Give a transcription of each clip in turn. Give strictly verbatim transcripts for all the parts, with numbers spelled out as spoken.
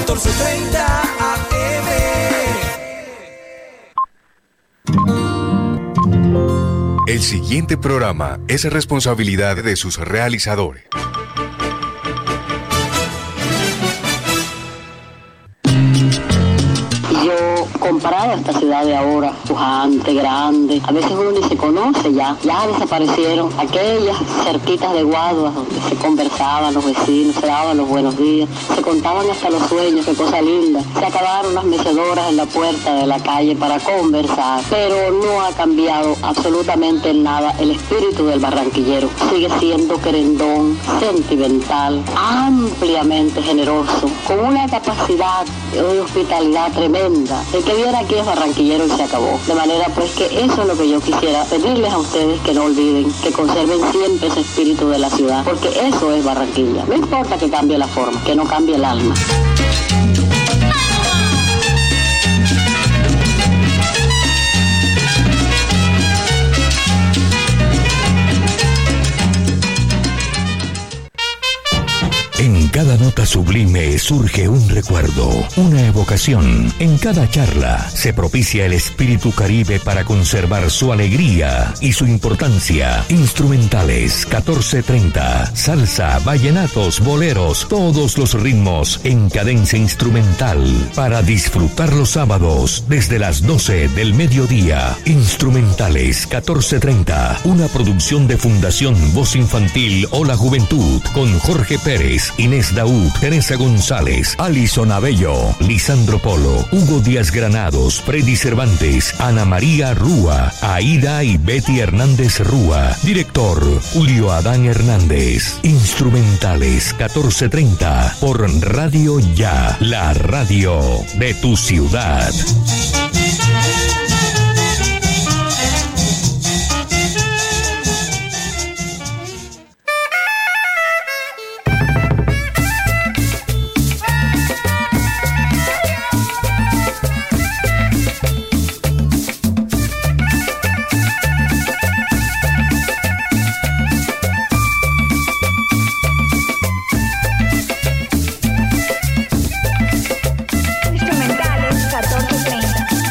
catorce treinta A M. El siguiente programa es responsabilidad de sus realizadores. Comparado a esta ciudad de ahora, pujante, grande, a veces uno ni se conoce ya, ya desaparecieron aquellas cerquitas de guaduas donde se conversaban los vecinos, se daban los buenos días, se contaban hasta los sueños, qué cosa linda. Se acabaron las mecedoras en la puerta de la calle para conversar, pero no ha cambiado absolutamente nada el espíritu del barranquillero. Sigue siendo querendón, sentimental, ampliamente generoso, con una capacidad de hospitalidad tremenda. El que viera aquí es barranquillero y se acabó. De manera pues que eso es lo que yo quisiera pedirles a ustedes, que no olviden, que conserven siempre ese espíritu de la ciudad, porque eso es Barranquilla. No importa que cambie la forma, que no cambie el alma. En cada nota sublime surge un recuerdo, una evocación. En cada charla se propicia el espíritu caribe para conservar su alegría y su importancia. Instrumentales catorce treinta, salsa, vallenatos, boleros, todos los ritmos en cadencia instrumental para disfrutar los sábados desde las doce del mediodía. Instrumentales catorce treinta, una producción de Fundación Voz Infantil o la Juventud con Jorge Pérez, Inés Daud, Teresa González, Alison Abello, Lisandro Polo, Hugo Díaz Granados, Freddy Cervantes, Ana María Rúa, Aida y Betty Hernández Rúa. Director, Julio Adán Hernández. Instrumentales catorce treinta por Radio Ya, la radio de tu ciudad. Instrumentales catorce treinta.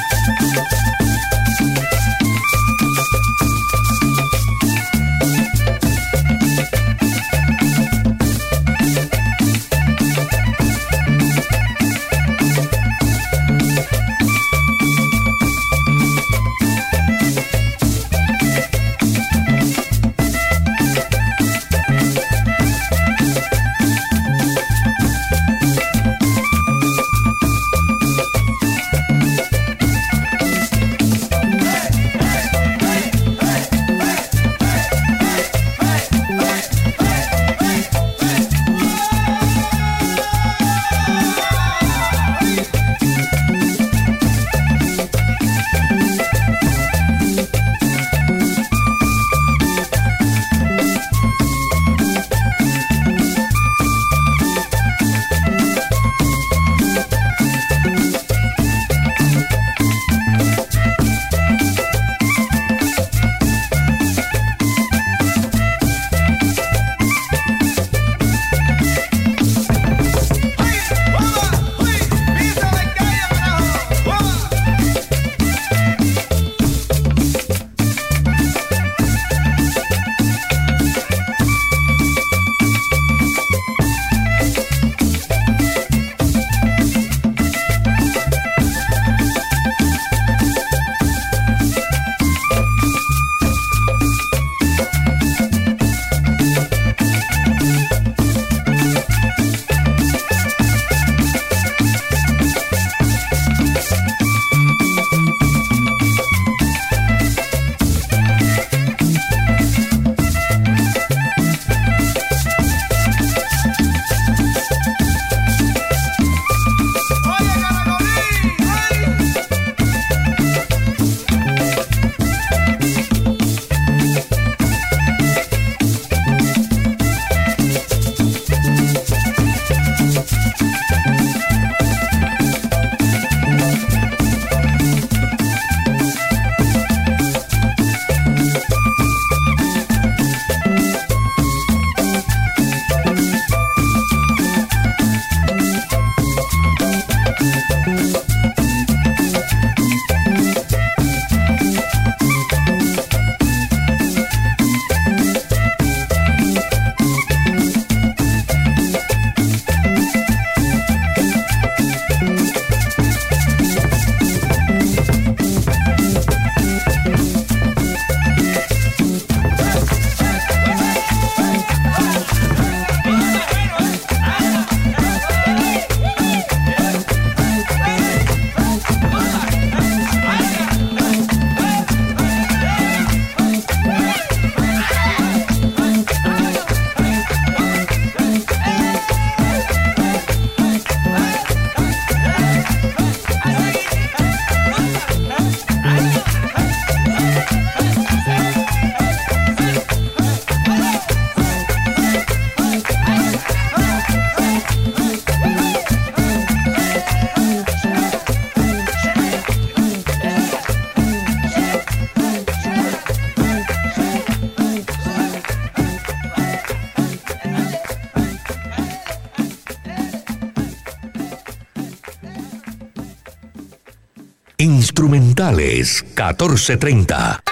Instrumentales catorce treinta.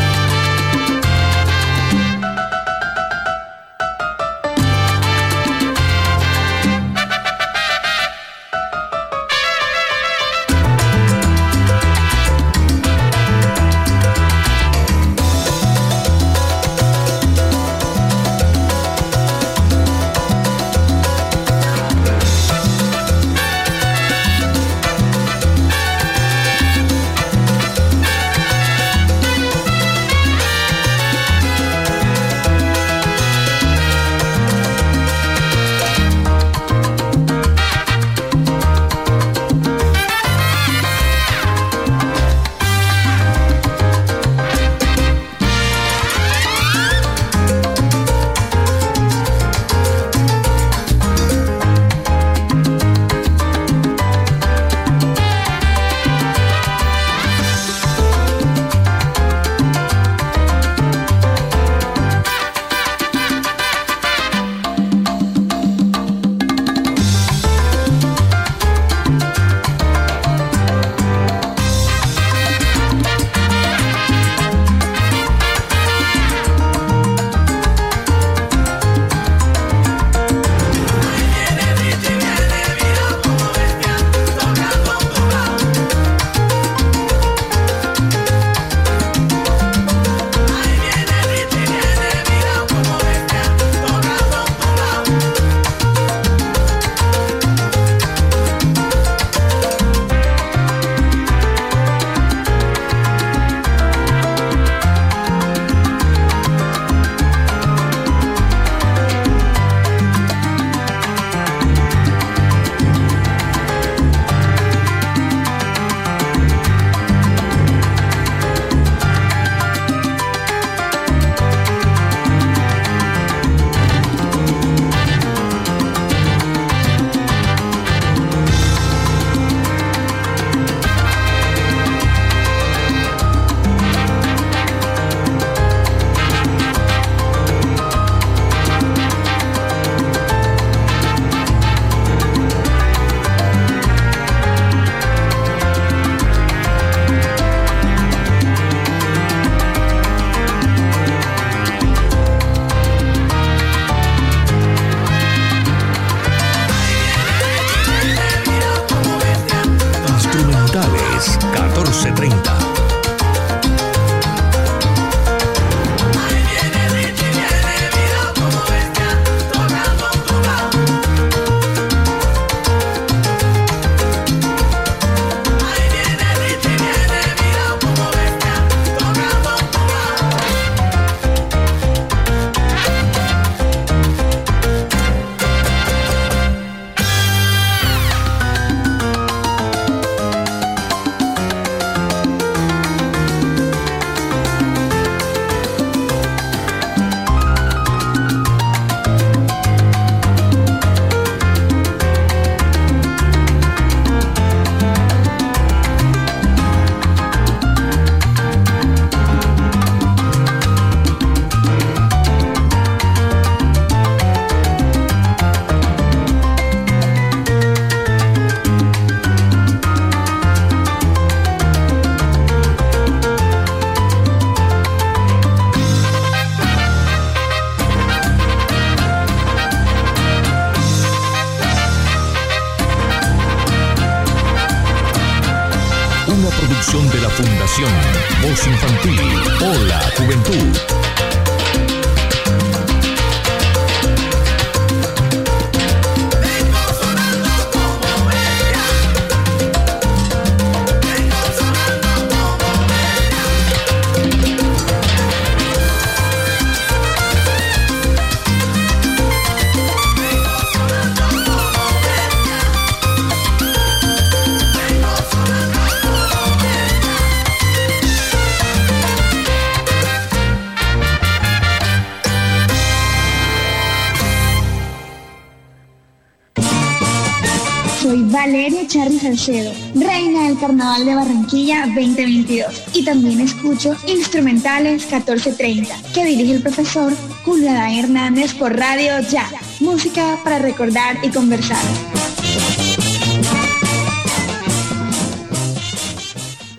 catorce treinta. De la Fundación Voz Infantil. Hola, Juventud. Soy Valeria Charly Salcedo, reina del Carnaval de Barranquilla veinte veintidós, y también escucho Instrumentales catorce treinta, que dirige el profesor Julio Adán Hernández por Radio Ya, música para recordar y conversar.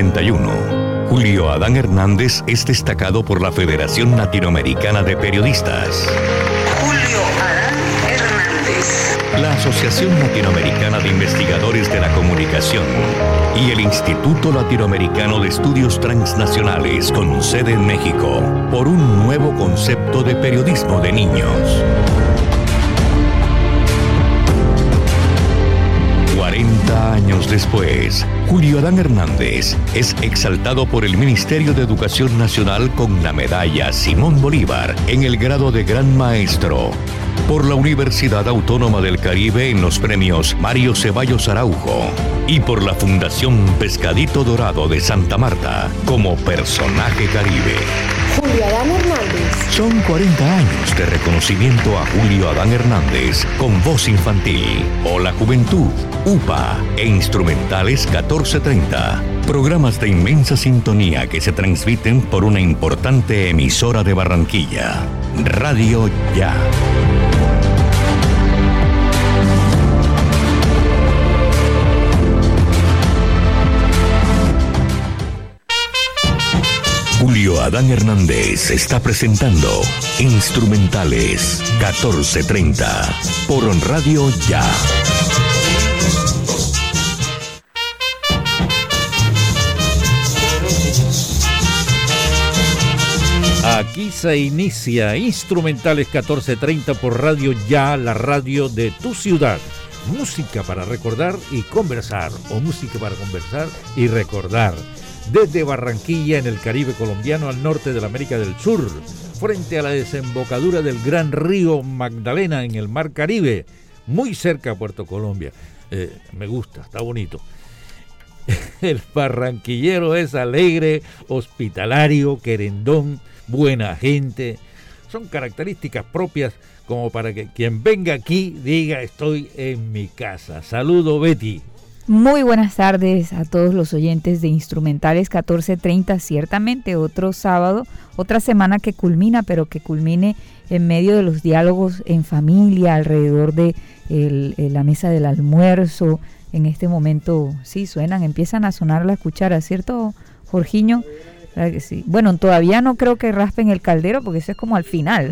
ochenta y uno. Julio Adán Hernández es destacado por la Federación Latinoamericana de Periodistas, Julio Adán Hernández, la Asociación Latinoamericana de Investigadores de la Comunicación y el Instituto Latinoamericano de Estudios Transnacionales con sede en México, por un nuevo concepto de periodismo de niños. cuarenta años después, Julio Adán Hernández es exaltado por el Ministerio de Educación Nacional con la medalla Simón Bolívar en el grado de Gran Maestro, por la Universidad Autónoma del Caribe en los premios Mario Ceballos Araujo y por la Fundación Pescadito Dorado de Santa Marta como personaje caribe. Julio Adán Hernández. Son cuarenta años de reconocimiento a Julio Adán Hernández con voz infantil. O la juventud, U P A e Instrumentales catorce treinta. Programas de inmensa sintonía que se transmiten por una importante emisora de Barranquilla. Radio Ya. Julio Adán Hernández está presentando Instrumentales catorce treinta por Radio Ya. Aquí se inicia Instrumentales catorce treinta por Radio Ya, la radio de tu ciudad. Música para recordar y conversar, o música para conversar y recordar. Desde Barranquilla, en el Caribe colombiano, al norte de la América del Sur, frente a la desembocadura del gran río Magdalena en el Mar Caribe, muy cerca a Puerto Colombia. Eh, me gusta, está bonito. El barranquillero es alegre, hospitalario, querendón, buena gente. Son características propias como para que quien venga aquí diga estoy en mi casa. Saludo, Betty. Muy buenas tardes a todos los oyentes de Instrumentales catorce treinta, ciertamente otro sábado, otra semana que culmina, pero que culmine en medio de los diálogos en familia, alrededor de el, la mesa del almuerzo. En este momento, sí, suenan, empiezan a sonar las cucharas, ¿cierto, Jorgiño? Sí. Bueno, todavía no creo que raspen el caldero, porque eso es como al final.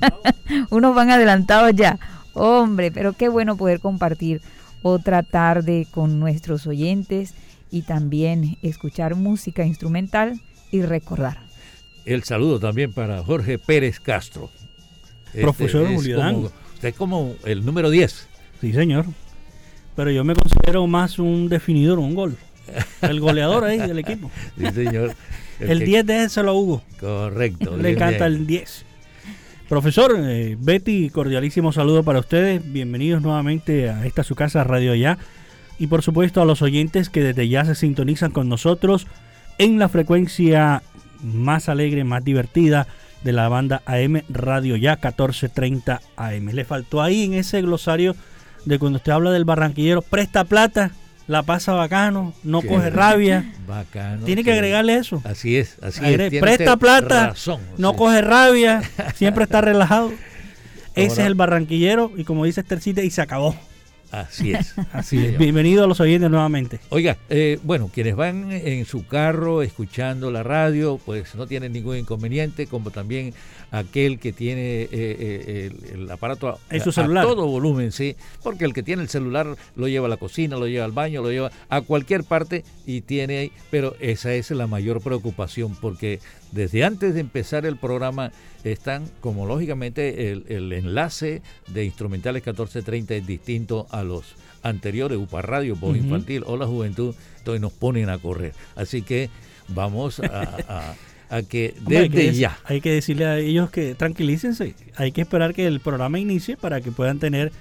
Unos van adelantados ya. Hombre, pero qué bueno poder compartir otra tarde con nuestros oyentes y también escuchar música instrumental y recordar. El saludo también para Jorge Pérez Castro. Profesor este Julio Adán. Usted es como el número diez. Sí, señor. Pero yo me considero más un definidor, un gol. El goleador ahí del equipo. Sí, señor. El, el que... diez de ese lo Hugo. Correcto. Le encanta el diez. Profesor, eh, Betty, cordialísimo saludo para ustedes. Bienvenidos nuevamente a esta su casa, Radio Ya. Y por supuesto a los oyentes que desde ya se sintonizan con nosotros en la frecuencia más alegre, más divertida de la banda A M Radio Ya catorce treinta A M. Le faltó ahí en ese glosario de cuando usted habla del barranquillero, presta plata, la pasa bacano, no Qué coge rabia. Bacano. Tiene que agregarle eso. Así es, así Agre- es. Presta plata, razón, no sí. coge rabia, siempre está relajado. Ese Ahora, es el barranquillero y como dice Estercita, y se acabó. Así es. Así es. Bienvenido a los oyentes nuevamente. Oiga, eh, bueno, quienes van en su carro escuchando la radio, pues no tienen ningún inconveniente, como también aquel que tiene eh, eh, el, el aparato a, en su a, celular. a todo volumen, sí, porque el que tiene el celular lo lleva a la cocina, lo lleva al baño, lo lleva a cualquier parte y tiene ahí, pero esa es la mayor preocupación, porque desde antes de empezar el programa están, como lógicamente el, el enlace de Instrumentales catorce treinta es distinto a los anteriores, U P A Radio, Voz uh-huh. Infantil o La Juventud, entonces nos ponen a correr. Así que vamos a, a, a que desde Hombre, hay que, ya. Hay que decirle a ellos que tranquilícense, hay que esperar que el programa inicie para que puedan tener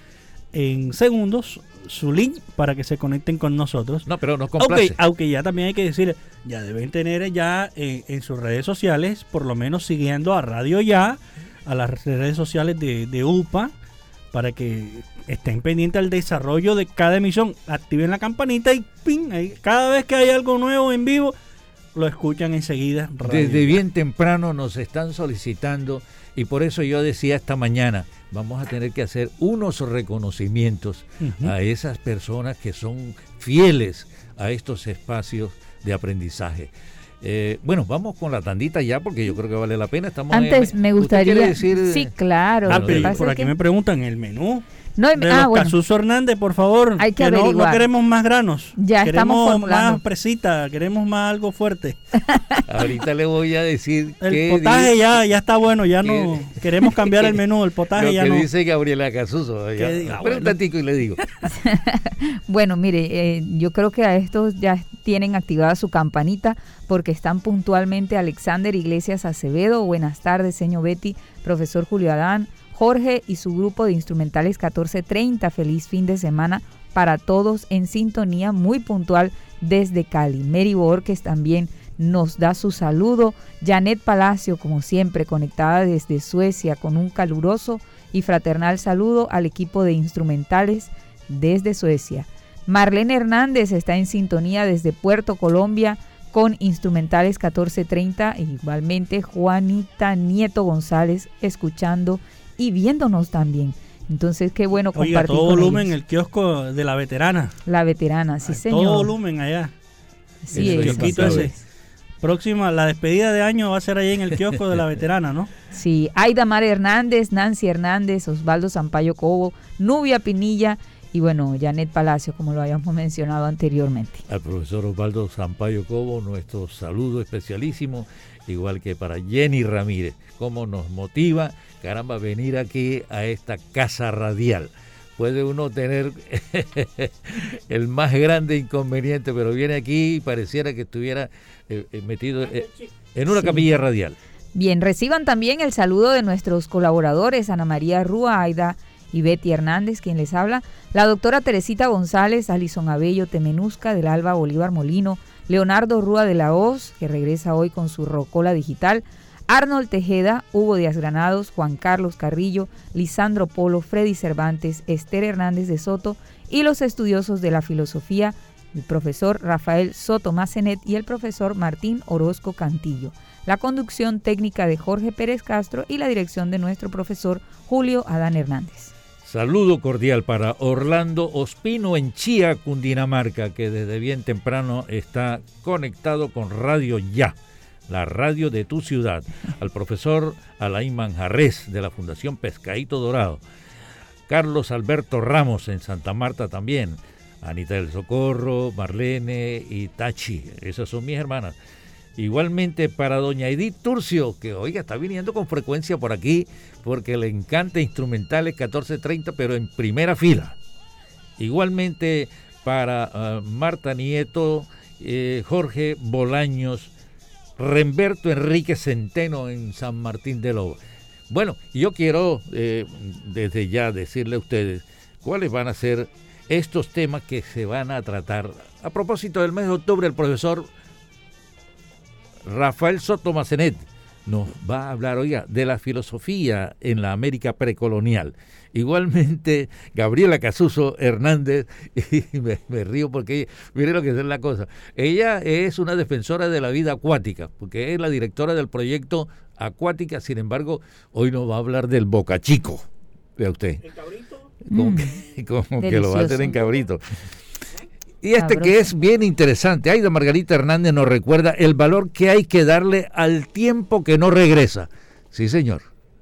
en segundos su link para que se conecten con nosotros. No, pero nos complace. Okay, aunque ya también hay que decir, ya deben tener ya en, en sus redes sociales, por lo menos siguiendo a Radio Ya, a las redes sociales de, de U P A, para que estén pendientes al desarrollo de cada emisión, activen la campanita y ¡ping! Ahí, cada vez que hay algo nuevo en vivo, lo escuchan enseguida. Radio Desde Ya. bien temprano nos están solicitando y por eso yo decía esta mañana, vamos a tener que hacer unos reconocimientos uh-huh. a esas personas que son fieles a estos espacios de aprendizaje. Eh, bueno, vamos con la tandita ya porque yo creo que vale la pena. Estamos Antes en, me gustaría decir, sí, claro. Ah, pero pasa por es aquí que... me preguntan el menú. No, de ah, los bueno. Casuso Hernández, por favor. Hay que que no, averiguar. no queremos más granos. Ya queremos estamos formulando. más presita, queremos más algo fuerte. Ahorita le voy a decir el que potaje dice, ya, ya está bueno, ya no queremos cambiar el menú, el potaje lo ya que no. dice Gabriela Casuso. Ya. diga, Espera bueno. un tantico y le digo. Bueno, mire, eh, yo creo que a estos ya tienen activada su campanita porque están puntualmente Alexander Iglesias Acevedo. Buenas tardes, señor Betty, profesor Julio Adán, Jorge y su grupo de instrumentales catorce treinta. Feliz fin de semana para todos en sintonía, muy puntual desde Cali. Mary Borges también nos da su saludo. Janet Palacio, como siempre, conectada desde Suecia con un caluroso y fraternal saludo al equipo de instrumentales desde Suecia. Marlene Hernández está en sintonía desde Puerto Colombia con instrumentales catorce treinta. E igualmente Juanita Nieto González escuchando y viéndonos también. Entonces, qué bueno compartir. Oiga, todo con volumen ellos. el kiosco de la veterana. La veterana, sí, Ay, señor. todo volumen allá. Sí, el es. kiosquito ese. Próxima, la despedida de año va a ser ahí en el kiosco de la veterana, ¿no? Sí, Aida Mar Hernández, Nancy Hernández, Osvaldo Sampaio Cobo, Nubia Pinilla y bueno, Janet Palacio, como lo habíamos mencionado anteriormente. Al profesor Osvaldo Sampaio Cobo, nuestro saludo especialísimo, igual que para Jenny Ramírez. Cómo nos motiva, caramba, venir aquí a esta casa radial. Puede uno tener el más grande inconveniente, pero viene aquí y pareciera que estuviera eh, metido eh, en una sí. capilla radial. Bien, reciban también el saludo de nuestros colaboradores, Ana María Rúa, Aida y Betty Hernández, quien les habla, la doctora Teresita González, Alison Abello Temenusca, del Alba Bolívar Molino, Leonardo Rúa de la Hoz, que regresa hoy con su rocola digital, Arnold Tejeda, Hugo Díaz Granados, Juan Carlos Carrillo, Lisandro Polo, Freddy Cervantes, Esther Hernández de Soto y los estudiosos de la filosofía, el profesor Rafael Soto Macenet y el profesor Martín Orozco Cantillo. La conducción técnica de Jorge Pérez Castro y la dirección de nuestro profesor Julio Adán Hernández. Saludo cordial para Orlando Ospino en Chía, Cundinamarca, que desde bien temprano está conectado con Radio Ya, la radio de tu ciudad. Al profesor Alain Manjarres de la Fundación Pescadito Dorado. Carlos Alberto Ramos en Santa Marta también. Anita del Socorro, Marlene y Tachi, esas son mis hermanas. Igualmente para doña Edith Turcio, que oiga, está viniendo con frecuencia por aquí porque le encanta instrumentales catorce treinta, pero en primera fila. Igualmente para uh, Marta Nieto, eh, Jorge Bolaños, Remberto Enrique Centeno en San Martín de Loba. Bueno, yo quiero eh, desde ya decirle a ustedes cuáles van a ser estos temas que se van a tratar. A propósito del mes de octubre, el profesor Rafael Soto Macenet nos va a hablar, oiga, de la filosofía en la América precolonial. Igualmente, Gabriela Casuso Hernández, y me, me río porque, mire lo que es la cosa, ella es una defensora de la vida acuática, porque es la directora del proyecto Acuática, sin embargo, hoy nos va a hablar del bocachico, vea usted. ¿El cabrito? Como, mm, que, como que lo va a hacer en cabrito. Y este sabroso, que es bien interesante. Aida Margarita Hernández nos recuerda el valor que hay que darle al tiempo que no regresa. Sí, señor.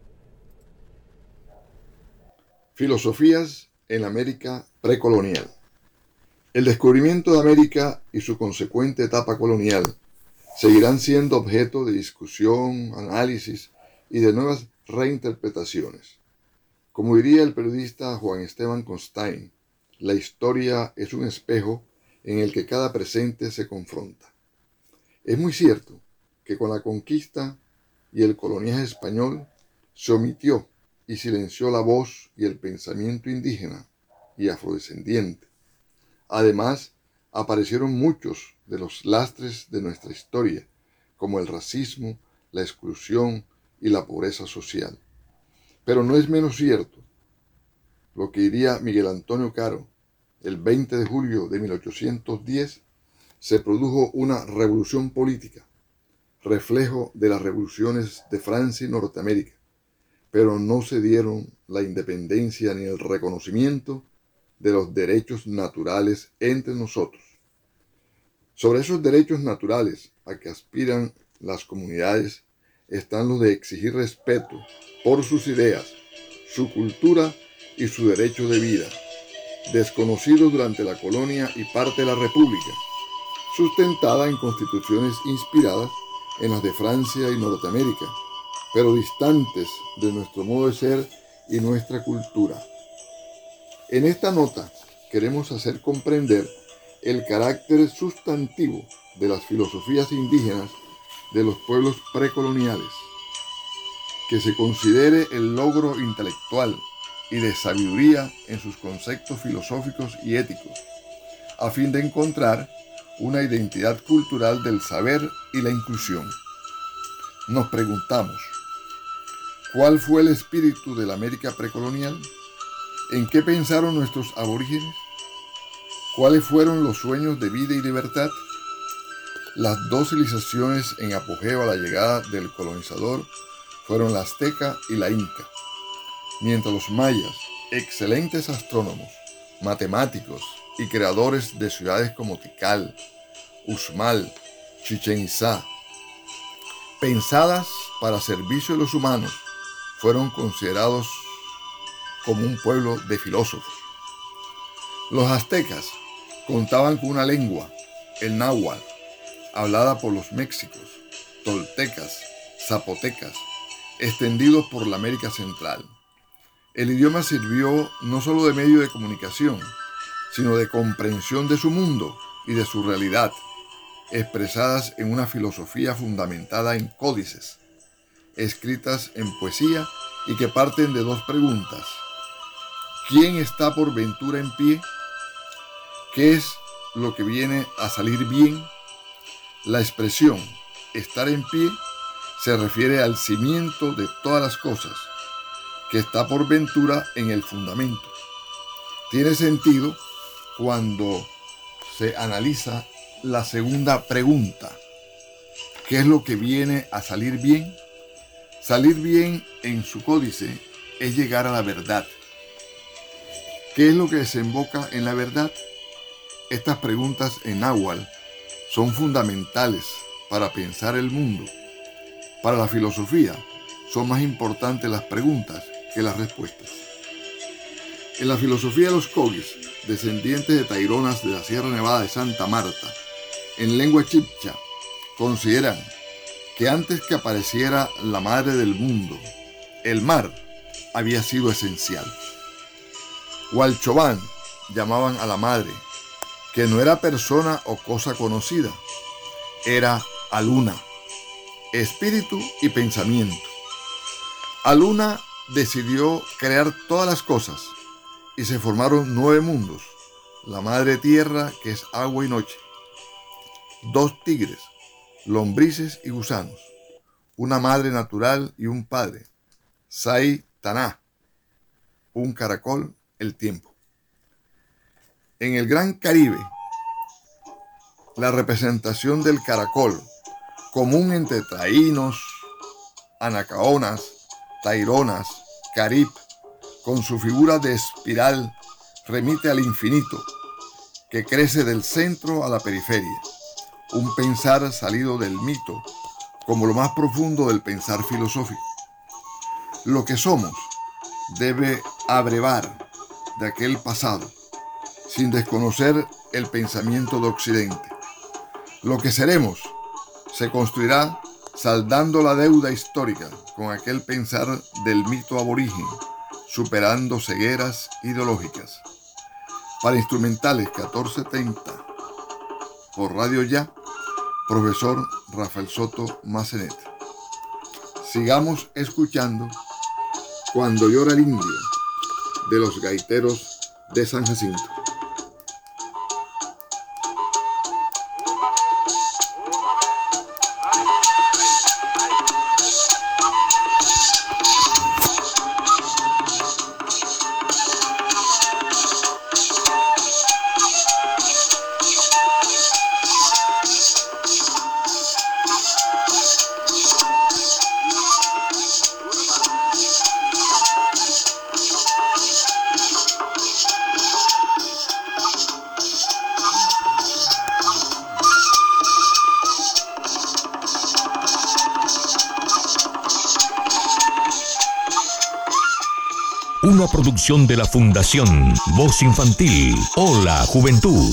Filosofías en América precolonial. El descubrimiento de América y su consecuente etapa colonial seguirán siendo objeto de discusión, análisis y de nuevas reinterpretaciones. Como diría el periodista Juan Esteban Constain, la historia es un espejo en el que cada presente se confronta. Es muy cierto que con la conquista y el coloniaje español se omitió y silenció la voz y el pensamiento indígena y afrodescendiente. Además, aparecieron muchos de los lastres de nuestra historia, como el racismo, la exclusión y la pobreza social. Pero no es menos cierto lo que diría Miguel Antonio Caro. El veinte de julio de mil ochocientos diez se produjo una revolución política, reflejo de las revoluciones de Francia y Norteamérica, pero no se dieron la independencia ni el reconocimiento de los derechos naturales entre nosotros. Sobre esos derechos naturales a que aspiran las comunidades están los de exigir respeto por sus ideas, su cultura y su derecho de vida, desconocidos durante la colonia y parte de la República, sustentada en constituciones inspiradas en las de Francia y Norteamérica, pero distantes de nuestro modo de ser y nuestra cultura. En esta nota queremos hacer comprender el carácter sustantivo de las filosofías indígenas de los pueblos precoloniales, que se considere el logro intelectual y de sabiduría en sus conceptos filosóficos y éticos, a fin de encontrar una identidad cultural del saber y la inclusión. Nos preguntamos, ¿cuál fue el espíritu de la América precolonial? ¿En qué pensaron nuestros aborígenes? ¿Cuáles fueron los sueños de vida y libertad? Las dos civilizaciones en apogeo a la llegada del colonizador fueron la azteca y la inca, mientras los mayas, excelentes astrónomos, matemáticos y creadores de ciudades como Tikal, Uxmal, Chichén Itzá, pensadas para servicio de los humanos, fueron considerados como un pueblo de filósofos. Los aztecas contaban con una lengua, el náhuatl, hablada por los méxicos, toltecas, zapotecas, extendidos por la América Central. El idioma sirvió no solo de medio de comunicación, sino de comprensión de su mundo y de su realidad, expresadas en una filosofía fundamentada en códices, escritas en poesía y que parten de dos preguntas. ¿Quién está por ventura en pie? ¿Qué es lo que viene a salir bien? La expresión estar en pie se refiere al cimiento de todas las cosas, que está por ventura en el fundamento. Tiene sentido cuando se analiza la segunda pregunta. ¿Qué es lo que viene a salir bien? Salir bien en su códice es llegar a la verdad. ¿Qué es lo que desemboca en la verdad? Estas preguntas en náhuatl son fundamentales para pensar el mundo. Para la filosofía son más importantes las preguntas que las respuestas. En la filosofía de los Cogis, descendientes de taironas de la Sierra Nevada de Santa Marta, en lengua chibcha, consideran que antes que apareciera la madre del mundo, el mar había sido esencial. Hualchobán llamaban a la madre, que no era persona o cosa conocida, era Aluna, espíritu y pensamiento. Aluna decidió crear todas las cosas y se formaron nueve mundos, la madre tierra que es agua y noche, dos tigres, lombrices y gusanos, una madre natural y un padre, Sai Taná, un caracol, el tiempo. En el Gran Caribe, la representación del caracol, común entre taínos, anacaonas, taironas, carib, con su figura de espiral, remite al infinito, que crece del centro a la periferia, un pensar salido del mito, como lo más profundo del pensar filosófico. Lo que somos debe abrevar de aquel pasado, sin desconocer el pensamiento de Occidente. Lo que seremos se construirá saldando la deuda histórica con aquel pensar del mito aborigen, superando cegueras ideológicas. Para Instrumentales catorce treinta, por Radio Ya, profesor Rafael Soto Macenet. Sigamos escuchando Cuando llora el indio, de los gaiteros de San Jacinto. una producción de la Fundación Voz Infantil. Hola, Juventud.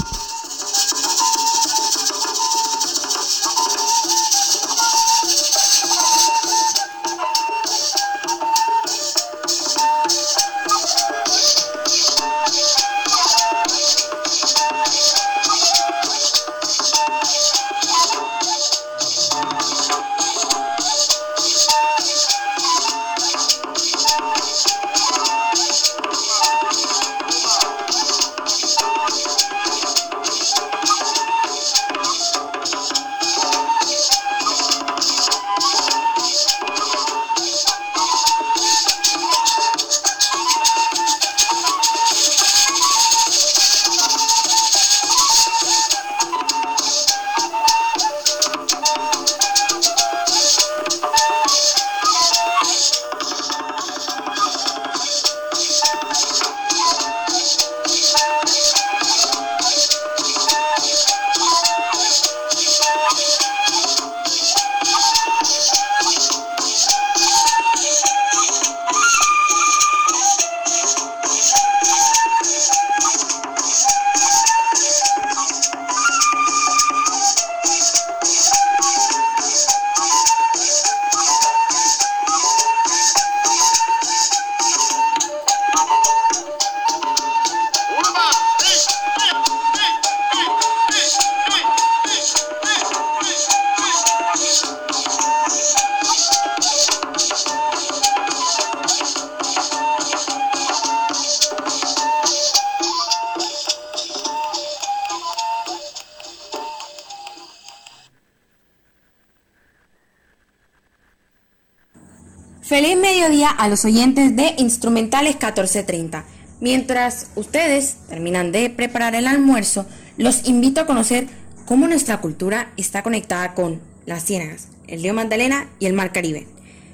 Feliz mediodía a los oyentes de Instrumentales catorce treinta. Mientras ustedes terminan de preparar el almuerzo, los invito a conocer cómo nuestra cultura está conectada con las ciénagas, el río Magdalena y el mar Caribe.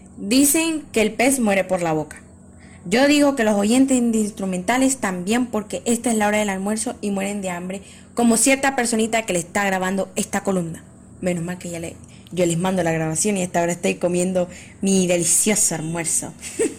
Dicen que el pez muere por la boca. Yo digo que los oyentes de Instrumentales también, porque esta es la hora del almuerzo y mueren de hambre, como cierta personita que le está grabando esta columna. Menos mal que ya le... Yo les mando la grabación y a esta hora estoy comiendo mi delicioso almuerzo.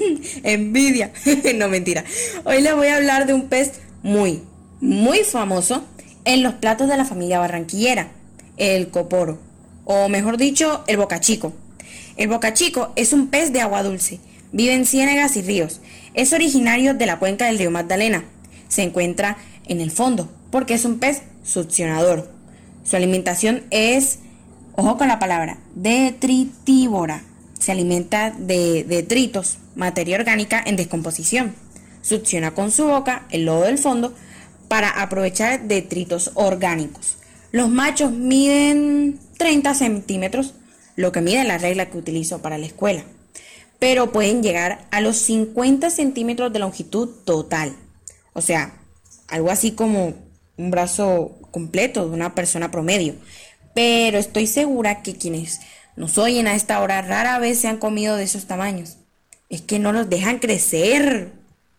Envidia. No, mentira. Hoy les voy a hablar de un pez muy, muy famoso en los platos de la familia barranquillera. El coporo. O mejor dicho, el bocachico. El bocachico es un pez de agua dulce. Vive en ciénagas y ríos. Es originario de la cuenca del río Magdalena. Se encuentra en el fondo porque es un pez succionador. Su alimentación es... Ojo con la palabra, detritívora. Se alimenta de detritos, materia orgánica en descomposición. Succiona con su boca el lodo del fondo para aprovechar detritos orgánicos. Los machos miden treinta centímetros, lo que mide la regla que utilizo para la escuela, pero pueden llegar a los cincuenta centímetros de longitud total. O sea, algo así como un brazo completo de una persona promedio. Pero estoy segura que quienes nos oyen a esta hora rara vez se han comido de esos tamaños. Es que no los dejan crecer.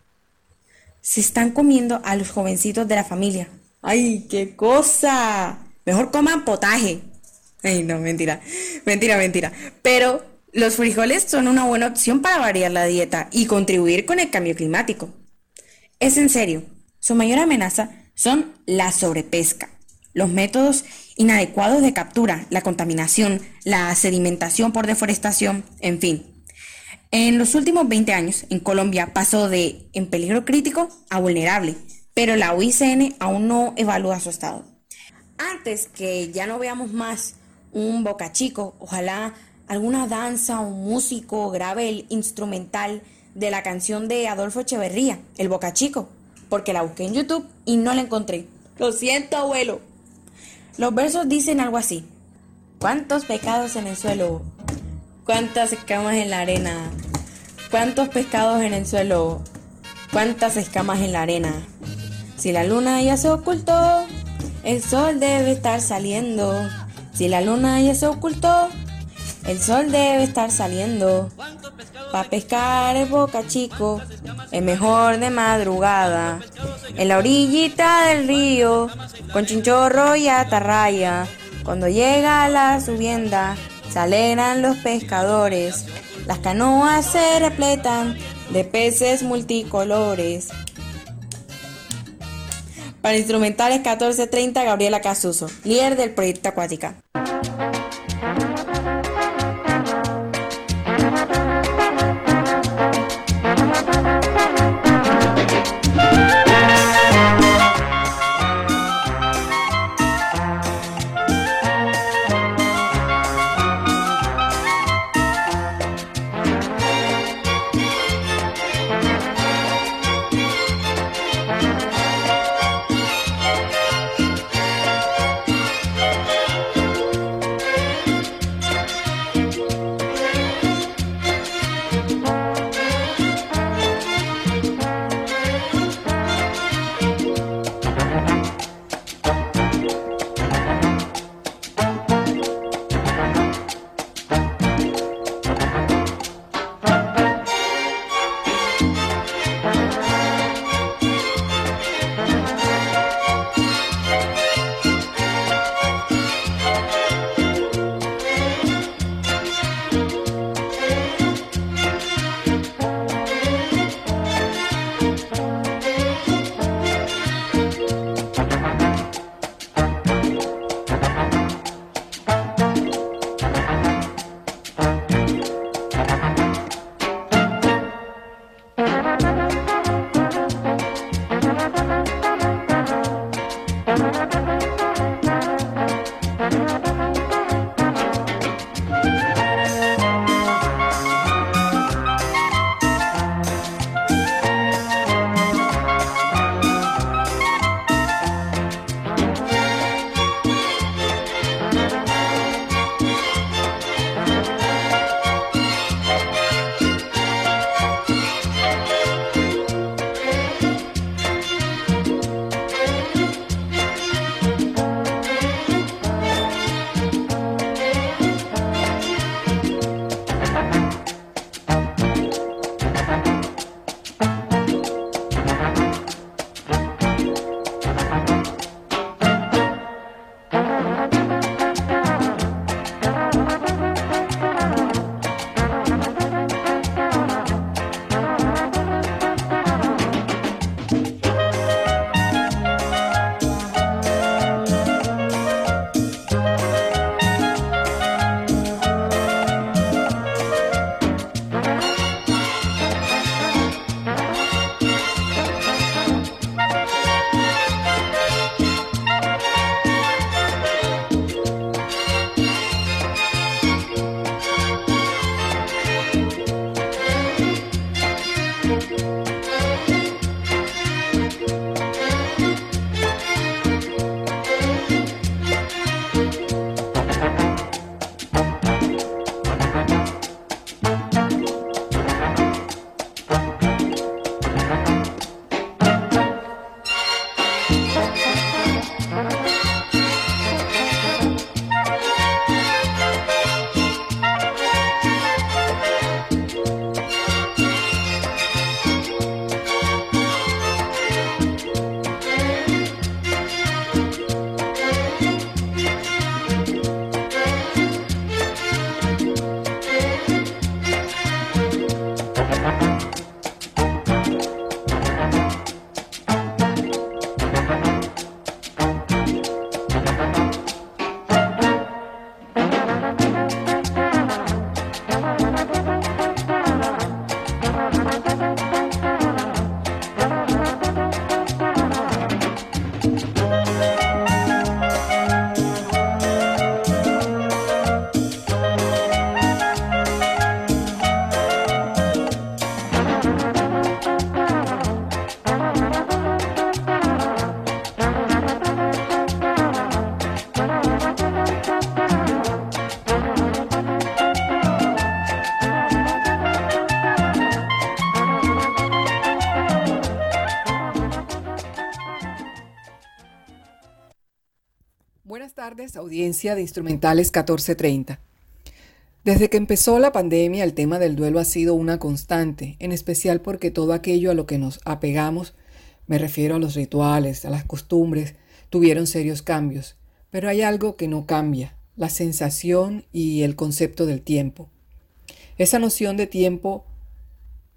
Se están comiendo a los jovencitos de la familia. ¡Ay, qué cosa! Mejor coman potaje. Ay, no, mentira. Mentira, mentira. Pero los frijoles son una buena opción para variar la dieta y contribuir con el cambio climático. Es en serio. Su mayor amenaza son la sobrepesca, los métodos inadecuados de captura, la contaminación, la sedimentación por deforestación, en fin. En los últimos veinte años, en Colombia pasó de en peligro crítico a vulnerable, pero la U I C N aún no evalúa su estado. Antes que ya no veamos más un bocachico, ojalá alguna danza o músico grabe el instrumental de la canción de Adolfo Echeverría, El Bocachico, porque la busqué en YouTube y no la encontré. Lo siento, abuelo. Los versos dicen algo así: ¿cuántos pecados en el suelo? ¿Cuántas escamas en la arena? ¿Cuántos pescados en el suelo? ¿Cuántas escamas en la arena? Si la luna ya se ocultó, el sol debe estar saliendo. Si la luna ya se ocultó, el sol debe estar saliendo. Pa' pescar el bocachico es mejor de madrugada, en la orillita del río, con chinchorro y atarraya. Cuando llega la subienda, se alegran los pescadores. Las canoas se repletan de peces multicolores. Para Instrumentales catorce treinta, Gabriela Casuso, líder del proyecto Acuática. Buenas tardes, audiencia de Instrumentales catorce treinta. Desde que empezó la pandemia, el tema del duelo ha sido una constante, en especial porque todo aquello a lo que nos apegamos, me refiero a los rituales, a las costumbres, tuvieron serios cambios. Pero hay algo que no cambia, la sensación y el concepto del tiempo. Esa noción de tiempo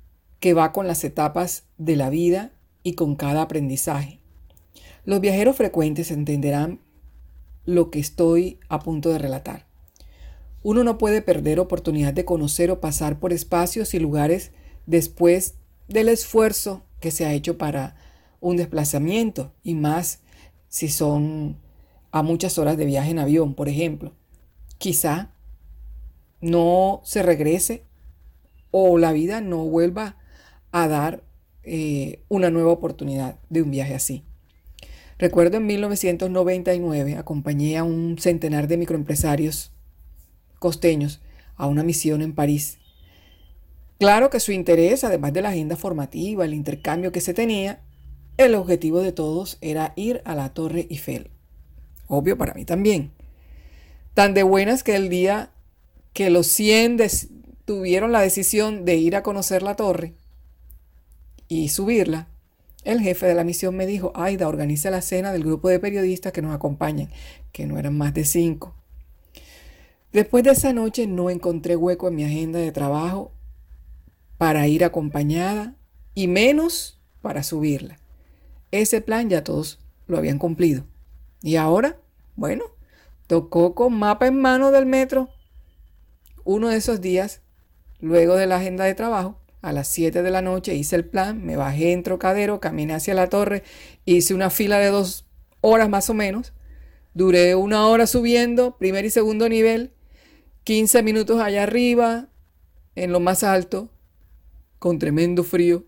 que va con las etapas de la vida y con cada aprendizaje. Los viajeros frecuentes entenderán lo que estoy a punto de relatar. Uno no puede perder oportunidad de conocer o pasar por espacios y lugares después del esfuerzo que se ha hecho para un desplazamiento, y más si son a muchas horas de viaje en avión, por ejemplo. Quizá no se regrese o la vida no vuelva a dar eh, una nueva oportunidad de un viaje así. Recuerdo en mil novecientos noventa y nueve acompañé a un centenar de microempresarios costeños a una misión en París. Claro que su interés, además de la agenda formativa, el intercambio que se tenía, el objetivo de todos era ir a la Torre Eiffel. Obvio para mí también. Tan de buenas que el día que los cien des- tuvieron la decisión de ir a conocer la torre y subirla, el jefe de la misión me dijo: Aida, organiza la cena del grupo de periodistas que nos acompañan, que no eran más de cinco. Después de esa noche no encontré hueco en mi agenda de trabajo para ir acompañada y menos para subirla. Ese plan ya todos lo habían cumplido. Y ahora, bueno, tocó con mapa en mano del metro. Uno de esos días, luego de la agenda de trabajo, a las siete de la noche hice el plan, me bajé en Trocadero, caminé hacia la torre, hice una fila de dos horas más o menos, duré una hora subiendo, primer y segundo nivel, quince minutos allá arriba, en lo más alto, con tremendo frío.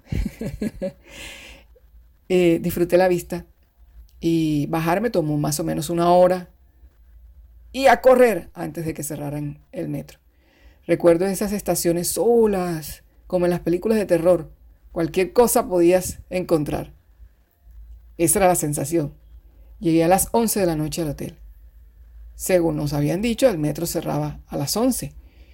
eh, disfruté la vista y bajar me tomó más o menos una hora y a correr antes de que cerraran el metro. Recuerdo esas estaciones solas, como en las películas de terror. Cualquier cosa podías encontrar. Esa era la sensación. Llegué a las once de la noche al hotel. Según nos habían dicho, el metro cerraba a las once.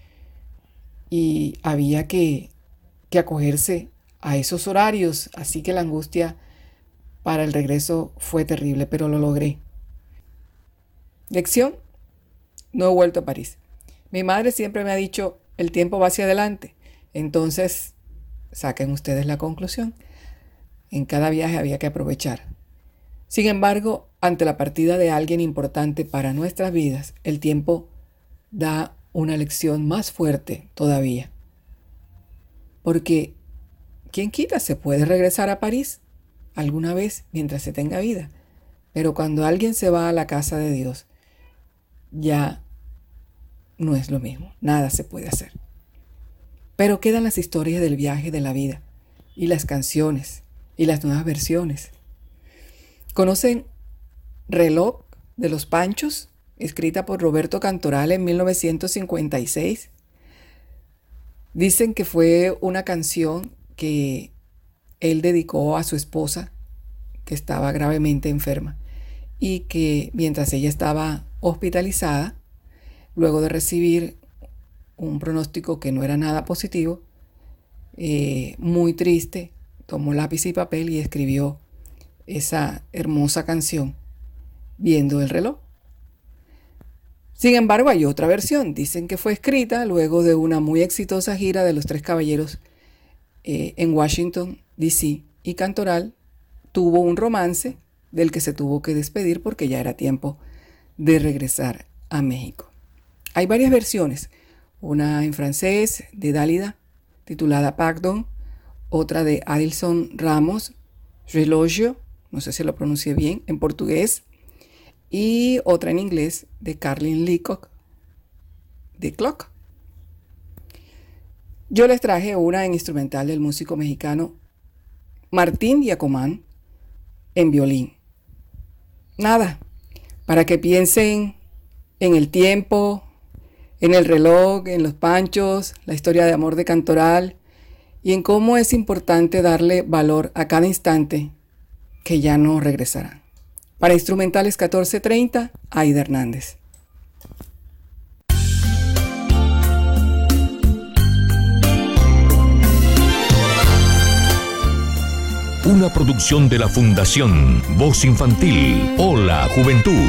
Y había que, que acogerse a esos horarios. Así que la angustia para el regreso fue terrible, pero lo logré. Lección: no he vuelto a París. Mi madre siempre me ha dicho: el tiempo va hacia adelante. Entonces, saquen ustedes la conclusión. En cada viaje había que aprovechar. Sin embargo, ante la partida de alguien importante para nuestras vidas, el tiempo da una lección más fuerte todavía. Porque, ¿quién quita? Se puede regresar a París alguna vez mientras se tenga vida. Pero cuando alguien se va a la casa de Dios, ya no es lo mismo. Nada se puede hacer. Pero quedan las historias del viaje de la vida, y las canciones, y las nuevas versiones. ¿Conocen Reloj de los Panchos? Escrita por Roberto Cantoral en mil novecientos cincuenta y seis. Dicen que fue una canción que él dedicó a su esposa, que estaba gravemente enferma, y que mientras ella estaba hospitalizada, luego de recibir un pronóstico que no era nada positivo, eh, muy triste, tomó lápiz y papel y escribió esa hermosa canción, Viendo el reloj. Sin embargo, hay otra versión. Dicen que fue escrita luego de una muy exitosa gira de los Tres Caballeros eh, en Washington, D C, y Cantoral tuvo un romance del que se tuvo que despedir porque ya era tiempo de regresar a México. Hay varias versiones. Una en francés de Dálida, titulada Pardon, otra de Adilson Ramos, Relógio, no sé si lo pronuncié bien, en portugués, y otra en inglés de Carlin Leacock, The Clock. Yo les traje una en instrumental del músico mexicano Martín Giacomán en violín. Nada, para que piensen en el tiempo, en el reloj, en los panchos, la historia de amor de Cantoral y en cómo es importante darle valor a cada instante que ya no regresará. Para Instrumentales catorce treinta, Aida Hernández. Una producción de la Fundación Voz Infantil. Hola, Juventud.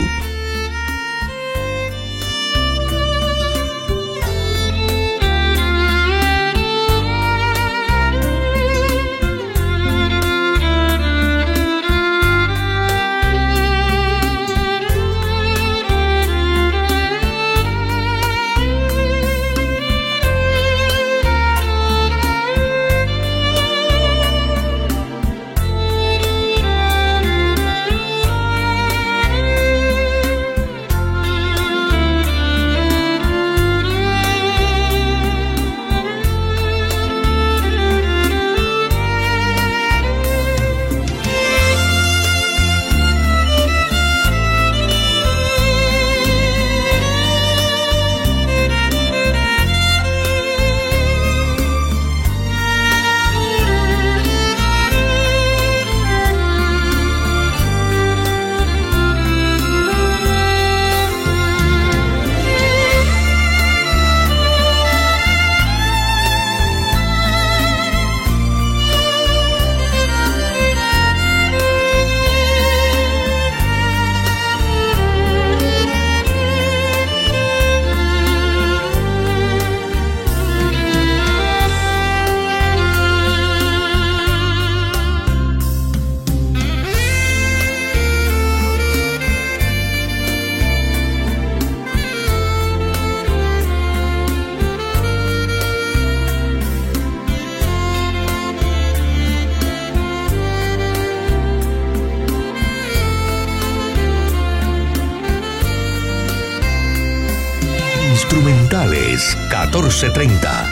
Instrumentales catorce treinta.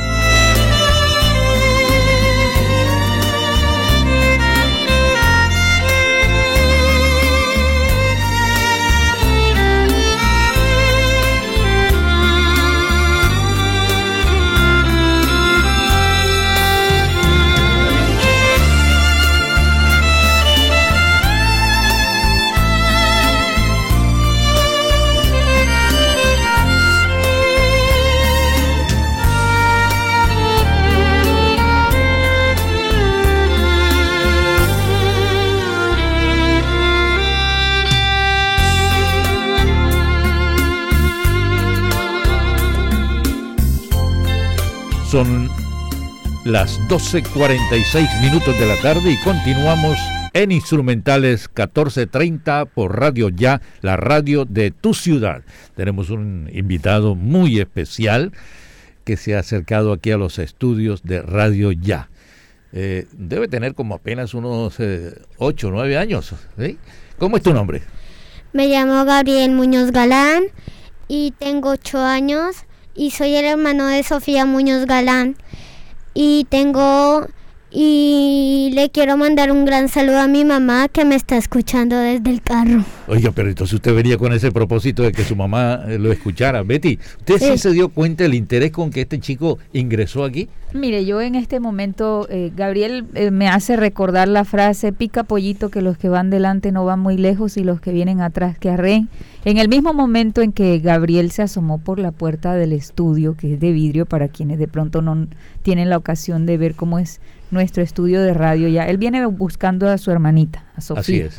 Son las doce cuarenta y seis minutos de la tarde y continuamos en Instrumentales catorce treinta por Radio Ya, la radio de tu ciudad. Tenemos un invitado muy especial que se ha acercado aquí a los estudios de Radio Ya. Eh, debe tener como apenas unos ocho o nueve años, ¿sí? ¿Cómo es tu nombre? Me llamo Gabriel Muñoz Galán y tengo ocho años. Y soy el hermano de Sofía Muñoz Galán y tengo y le quiero mandar un gran saludo a mi mamá que me está escuchando desde el carro. Oiga, pero entonces usted venía con ese propósito de que su mamá lo escuchara. Betty, ¿usted sí, sí se dio cuenta del interés con que este chico ingresó aquí? Mire, yo en este momento, eh, Gabriel eh, me hace recordar la frase, pica pollito que los que van delante no van muy lejos y los que vienen atrás que arreen. En el mismo momento en que Gabriel se asomó por la puerta del estudio, que es de vidrio para quienes de pronto no tienen la ocasión de ver cómo es nuestro estudio de radio ya, él viene buscando a su hermanita, a Sofía. Así es.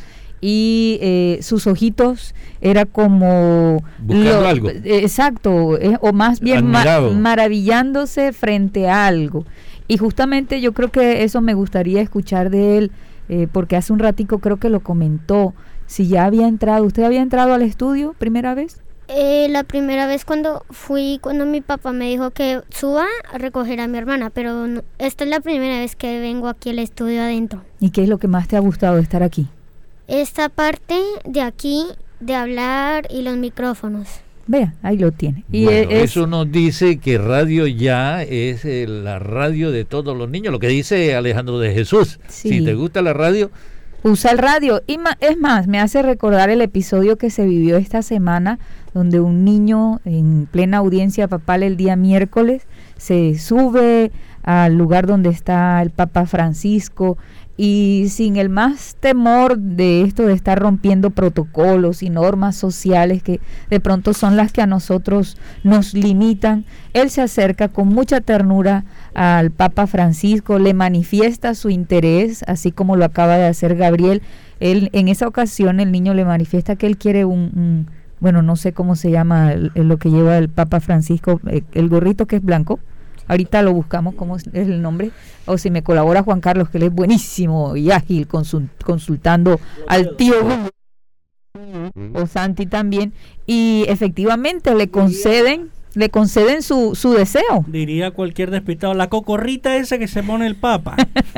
Y eh, sus ojitos era como buscando lo, algo. Exacto, eh, o más bien ma- maravillándose frente a algo. Y justamente yo creo que eso me gustaría escuchar de él, eh, porque hace un ratico creo que lo comentó. Si ya había entrado, ¿usted había entrado al estudio primera vez? Eh, la primera vez cuando fui, cuando mi papá me dijo que suba a recoger a mi hermana, pero no, esta es la primera vez que vengo aquí al estudio adentro. ¿Y qué es lo que más te ha gustado de estar aquí? Esta parte de aquí, de hablar y los micrófonos. Vea, ahí lo tiene. Y bueno, es, eso nos dice que Radio Ya es eh, la radio de todos los niños, lo que dice Alejandro de Jesús. Sí. Si te gusta la radio, usa el radio. Y ma- es más, me hace recordar el episodio que se vivió esta semana, donde un niño en plena audiencia papal el día miércoles se sube al lugar donde está el Papa Francisco y sin el más temor de esto de estar rompiendo protocolos y normas sociales que de pronto son las que a nosotros nos limitan, él se acerca con mucha ternura al Papa Francisco, le manifiesta su interés, así como lo acaba de hacer Gabriel. Él, en esa ocasión el niño le manifiesta que él quiere un, un bueno, no sé cómo se llama el, el, lo que lleva el Papa Francisco, el, el gorrito que es blanco. Ahorita lo buscamos, cómo es el nombre, o si me colabora Juan Carlos, que él es buenísimo y ágil consul, consultando al tío o Santi también, y efectivamente le conceden le conceden su, su deseo. Diría cualquier despistado, la cocorrita esa que se pone el Papa.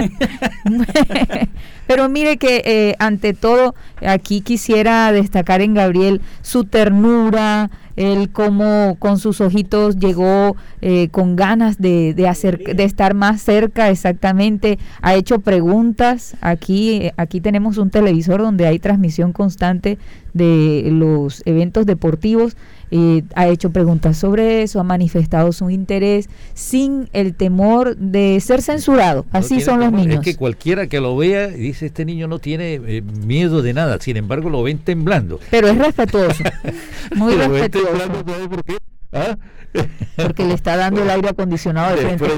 Pero mire que eh, ante todo aquí quisiera destacar en Gabriel su ternura, él como con sus ojitos llegó eh, con ganas de, de, hacer, de estar más cerca, exactamente, ha hecho preguntas, aquí, aquí tenemos un televisor donde hay transmisión constante de los eventos deportivos, eh, ha hecho preguntas sobre eso, ha manifestado su interés sin el temor de ser censurado, así no son los temor. Niños. Es que cualquiera que lo vea dice, este niño no tiene eh, miedo de nada, sin embargo lo ven temblando. Pero es respetuoso, muy Pero respetuoso. ¿Por qué? ¿Ah? Porque le está dando el aire acondicionado de frente.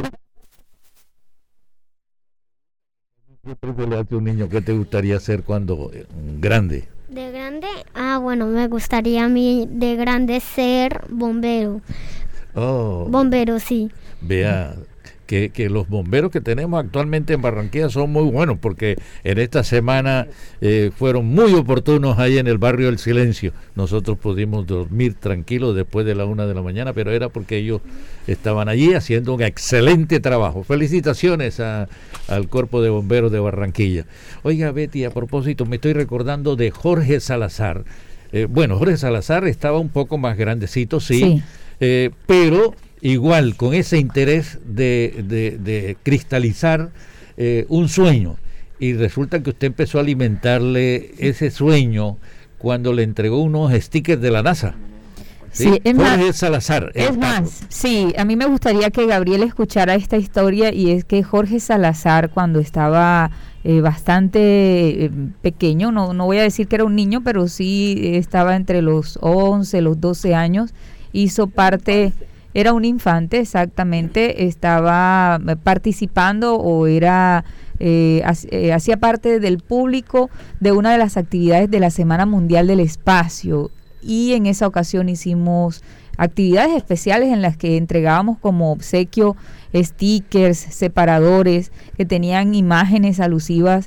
¿Qué le hace un niño? ¿Qué te gustaría hacer cuando eh, grande? De grande, ah bueno, me gustaría a mí de grande ser bombero. Oh. Bombero, sí. Vea, que, que los bomberos que tenemos actualmente en Barranquilla son muy buenos, porque en esta semana eh, fueron muy oportunos ahí en el barrio del Silencio. Nosotros pudimos dormir tranquilos después de la una de la mañana, pero era porque ellos estaban allí haciendo un excelente trabajo. Felicitaciones a, al Cuerpo de Bomberos de Barranquilla. Oiga, Betty, a propósito, me estoy recordando de Jorge Salazar. Eh, bueno, Jorge Salazar estaba un poco más grandecito, sí. sí. eh, pero igual con ese interés de, de, de cristalizar eh, un sueño, y resulta que usted empezó a alimentarle ese sueño cuando le entregó unos stickers de la NASA. Sí, sí, es Jorge más, Salazar. Es más, sí, a mí me gustaría que Gabriel escuchara esta historia, y es que Jorge Salazar, cuando estaba eh, bastante eh, pequeño, no, no voy a decir que era un niño, pero sí estaba entre los once, los doce años, hizo parte, era un infante exactamente, estaba participando o era... Eh, eh, hacía parte del público de una de las actividades de la Semana Mundial del Espacio, y en esa ocasión hicimos actividades especiales en las que entregábamos como obsequio stickers, separadores que tenían imágenes alusivas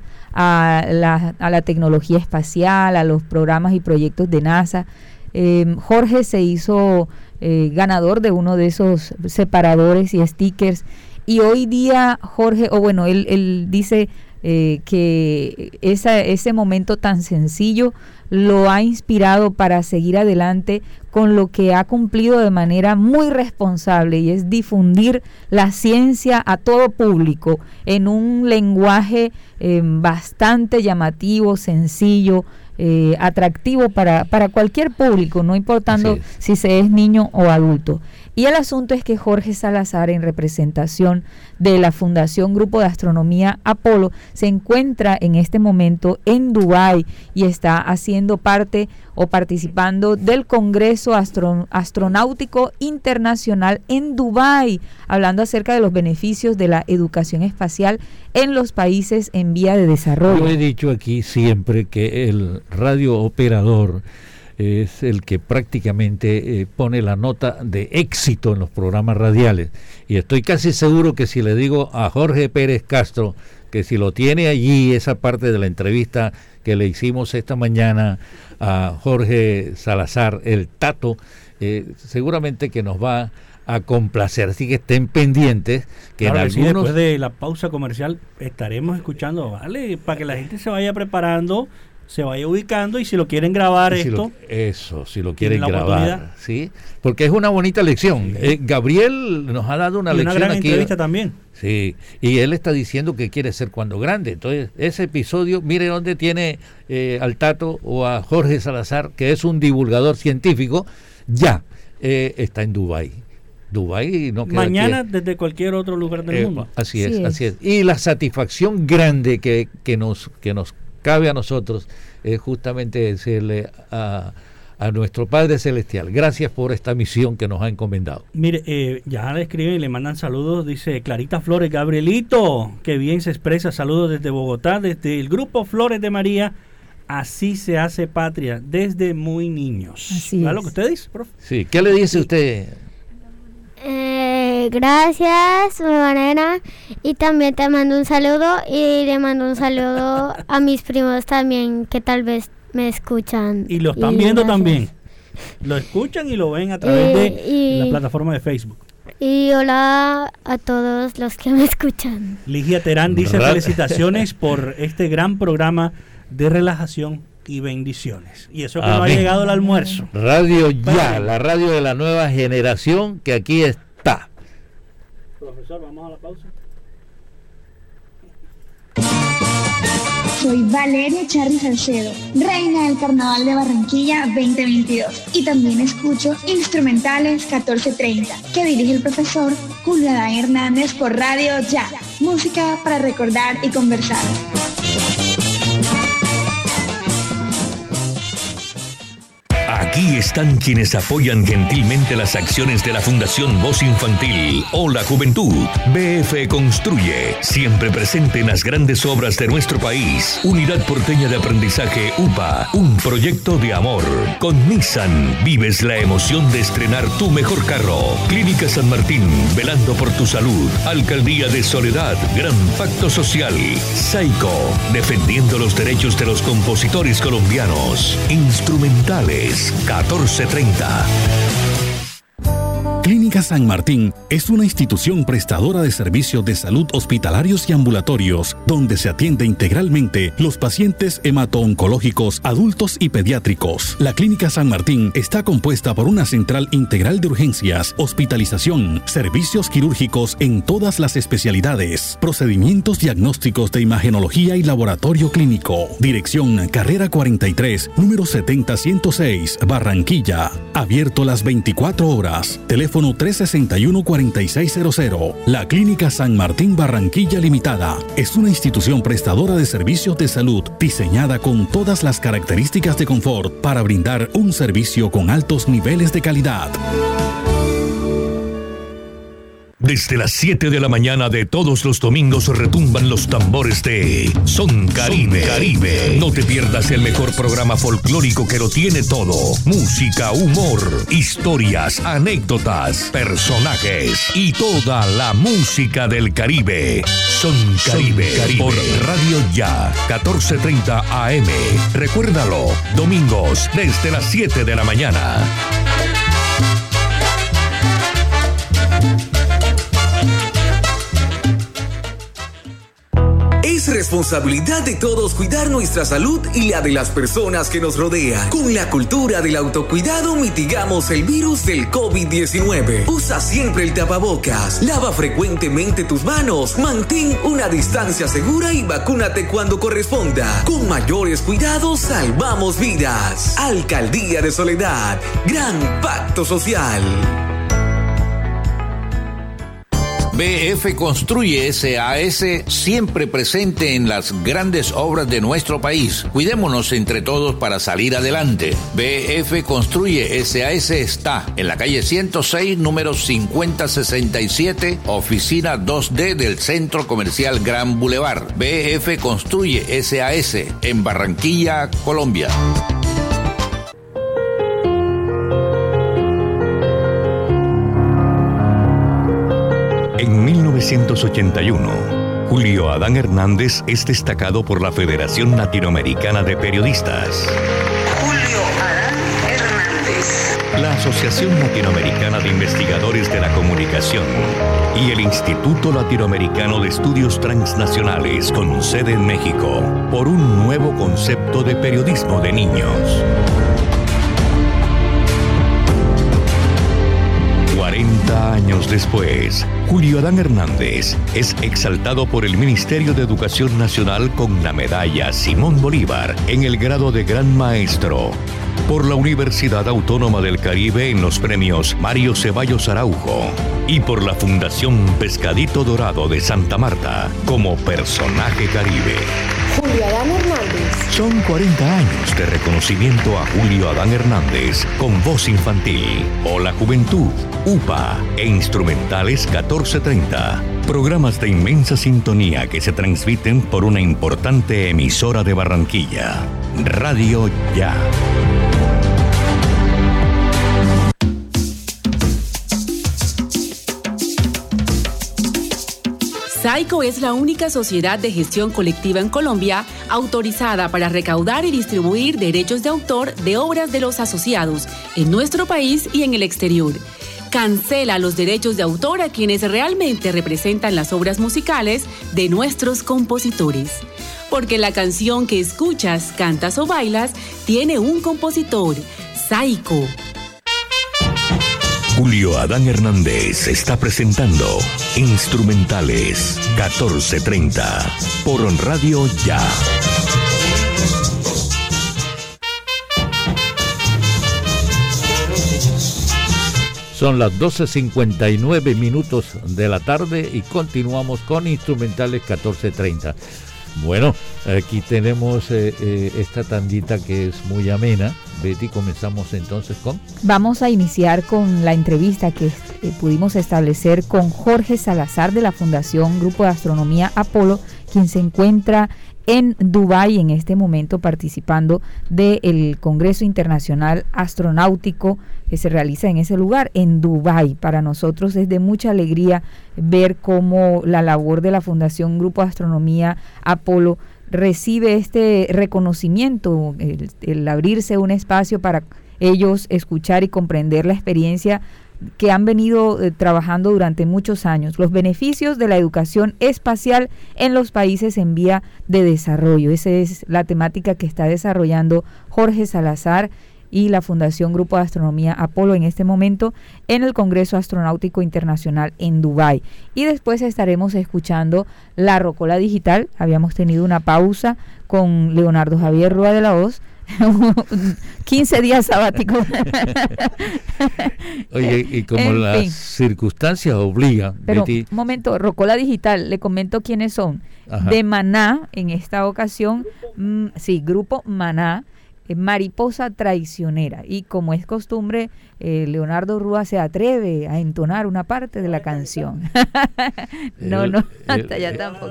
a la, a la tecnología espacial, a los programas y proyectos de NASA. Eh, Jorge se hizo eh, ganador de uno de esos separadores y stickers. Y hoy día Jorge, o bueno, él, él dice eh, que esa, ese momento tan sencillo lo ha inspirado para seguir adelante con lo que ha cumplido de manera muy responsable, y es difundir la ciencia a todo público en un lenguaje eh, bastante llamativo, sencillo, eh, atractivo para, para cualquier público, no importando si se es niño o adulto. Y el asunto es que Jorge Salazar, en representación de la Fundación Grupo de Astronomía Apolo, se encuentra en este momento en Dubái y está haciendo parte o participando del Congreso Astro- Astronáutico Internacional en Dubái, hablando acerca de los beneficios de la educación espacial en los países en vía de desarrollo. Yo he dicho aquí siempre que el radiooperador es el que prácticamente eh, pone la nota de éxito en los programas radiales, y estoy casi seguro que si le digo a Jorge Pérez Castro que si lo tiene allí, esa parte de la entrevista que le hicimos esta mañana a Jorge Salazar, el Tato, eh, seguramente que nos va a complacer, así que estén pendientes que claro, en sí, algunos... después de la pausa comercial estaremos escuchando, vale, para que la gente se vaya preparando, se vaya ubicando, y si lo quieren grabar si esto, lo, eso, si lo quieren la grabar, sí, porque es una bonita lección. Sí. Eh, Gabriel nos ha dado una y lección una gran aquí, entrevista también. Sí, y él está diciendo que quiere ser cuando grande. Entonces, ese episodio, mire dónde tiene eh, al Tato o a Jorge Salazar, que es un divulgador científico, ya eh, está en Dubái. Dubái no queda mañana aquí, desde cualquier otro lugar del eh, mundo. Así es, sí así es. Y la satisfacción grande que, que nos que nos cabe a nosotros es justamente decirle a, a nuestro Padre Celestial, gracias por esta misión que nos ha encomendado. Mire, eh, ya le escriben y le mandan saludos, dice Clarita Flores, Gabrielito, que bien se expresa, saludos desde Bogotá, desde el grupo Flores de María, así se hace patria, desde muy niños. Así ¿Verdad es. lo que usted dice, profe? Sí, ¿qué le dice usted? Eh, gracias, Morena, y también te mando un saludo, y le mando un saludo a mis primos también, que tal vez me escuchan. Y lo están y viendo gracias. También. Lo escuchan y lo ven a través y, de y, la plataforma de Facebook. Y hola a todos los que me escuchan. Ligia Terán dice felicitaciones por este gran programa de relajación y bendiciones. Y eso que Amén. No ha llegado el almuerzo. Radio Ya, la radio de la nueva generación que aquí está. Profesor, vamos a la pausa. Soy Valeria Charly Salcedo, reina del Carnaval de Barranquilla veinte veintidós, y también escucho Instrumentales catorce treinta, que dirige el profesor Julio Adán Hernández por Radio Ya, música para recordar y conversar. Aquí están quienes apoyan gentilmente las acciones de la Fundación Voz Infantil o la Juventud. B F Construye, siempre presente en las grandes obras de nuestro país. Unidad Porteña de Aprendizaje U P A, un proyecto de amor. Con Nissan, vives la emoción de estrenar tu mejor carro. Clínica San Martín, velando por tu salud. Alcaldía de Soledad, gran pacto social. Saico, defendiendo los derechos de los compositores colombianos. Instrumentales catorce treinta. Clínica Clínica San Martín es una institución prestadora de servicios de salud hospitalarios y ambulatorios, donde se atiende integralmente los pacientes hemato-oncológicos adultos y pediátricos. La Clínica San Martín está compuesta por una central integral de urgencias, hospitalización, servicios quirúrgicos en todas las especialidades, procedimientos diagnósticos de imagenología y laboratorio clínico. Dirección Carrera cuarenta y tres, número setenta ciento seis, Barranquilla. Abierto las veinticuatro horas. Teléfono tres sesenta y uno, cuarenta y seis cero cero. La Clínica San Martín Barranquilla Limitada es una institución prestadora de servicios de salud diseñada con todas las características de confort para brindar un servicio con altos niveles de calidad. Desde las siete de la mañana de todos los domingos retumban los tambores de Son Caribe. Son Caribe. No te pierdas el mejor programa folclórico que lo tiene todo. Música, humor, historias, anécdotas, personajes y toda la música del Caribe. Son Caribe. Son Caribe. Por Radio Ya, catorce treinta A M. Recuérdalo, domingos desde las siete de la mañana. Es responsabilidad de todos cuidar nuestra salud y la de las personas que nos rodean. Con la cultura del autocuidado mitigamos el virus del COVID diecinueve. Usa siempre el tapabocas, lava frecuentemente tus manos, mantén una distancia segura y vacúnate cuando corresponda. Con mayores cuidados salvamos vidas. Alcaldía de Soledad, gran pacto social. B F Construye S A S, siempre presente en las grandes obras de nuestro país. Cuidémonos entre todos para salir adelante. B F Construye S A S está en la calle ciento seis, número cincuenta sesenta y siete, oficina dos D del Centro Comercial Gran Boulevard. B F Construye S A S en Barranquilla, Colombia. En mil novecientos ochenta y uno, Julio Adán Hernández es destacado por la Federación Latinoamericana de Periodistas. Julio Adán Hernández. La Asociación Latinoamericana de Investigadores de la Comunicación y el Instituto Latinoamericano de Estudios Transnacionales con sede en México por un nuevo concepto de periodismo de niños. cuarenta años después, Julio Adán Hernández es exaltado por el Ministerio de Educación Nacional con la medalla Simón Bolívar en el grado de Gran Maestro, por la Universidad Autónoma del Caribe en los premios Mario Ceballos Araujo y por la Fundación Pescadito Dorado de Santa Marta como personaje caribe. Julio Adán Hernández. Son cuarenta años de reconocimiento a Julio Adán Hernández con voz infantil. Hola Juventud, U P A e Instrumentales catorce treinta. Programas de inmensa sintonía que se transmiten por una importante emisora de Barranquilla. Radio Ya. SAICO es la única sociedad de gestión colectiva en Colombia autorizada para recaudar y distribuir derechos de autor de obras de los asociados en nuestro país y en el exterior. Cancela los derechos de autor a quienes realmente representan las obras musicales de nuestros compositores. Porque la canción que escuchas, cantas o bailas tiene un compositor, SAICO. Julio Adán Hernández está presentando Instrumentales catorce treinta por Radio Ya. Son las doce cincuenta y nueve minutos de la tarde y continuamos con Instrumentales catorce treinta. Bueno, aquí tenemos eh, eh, esta tandita que es muy amena. Betty, comenzamos entonces con... Vamos a iniciar con la entrevista que eh, pudimos establecer con Jorge Salazar de la Fundación Grupo de Astronomía Apolo, quien se encuentra en Dubái en este momento participando del Congreso Internacional Astronáutico que se realiza en ese lugar, en Dubái. Para nosotros es de mucha alegría ver cómo la labor de la Fundación Grupo de Astronomía Apolo recibe este reconocimiento, el, el abrirse un espacio para ellos escuchar y comprender la experiencia que han venido eh, trabajando durante muchos años, los beneficios de la educación espacial en los países en vía de desarrollo. Esa es la temática que está desarrollando Jorge Salazar y la Fundación Grupo de Astronomía Apolo en este momento en el Congreso Astronáutico Internacional en Dubái. Y después estaremos escuchando la Rocola Digital. Habíamos tenido una pausa con Leonardo Javier Rúa de la Hoz, quince días sabáticos. Oye, y como en las fin. circunstancias obligan. Pero, Betty, un momento, Rocola Digital, le comento quiénes son. Ajá. De Maná, en esta ocasión, mm, sí, Grupo Maná, eh, Mariposa Traicionera. Y como es costumbre, eh, Leonardo Rúa se atreve a entonar una parte de la canción. no, el, no, hasta el, allá el, tampoco.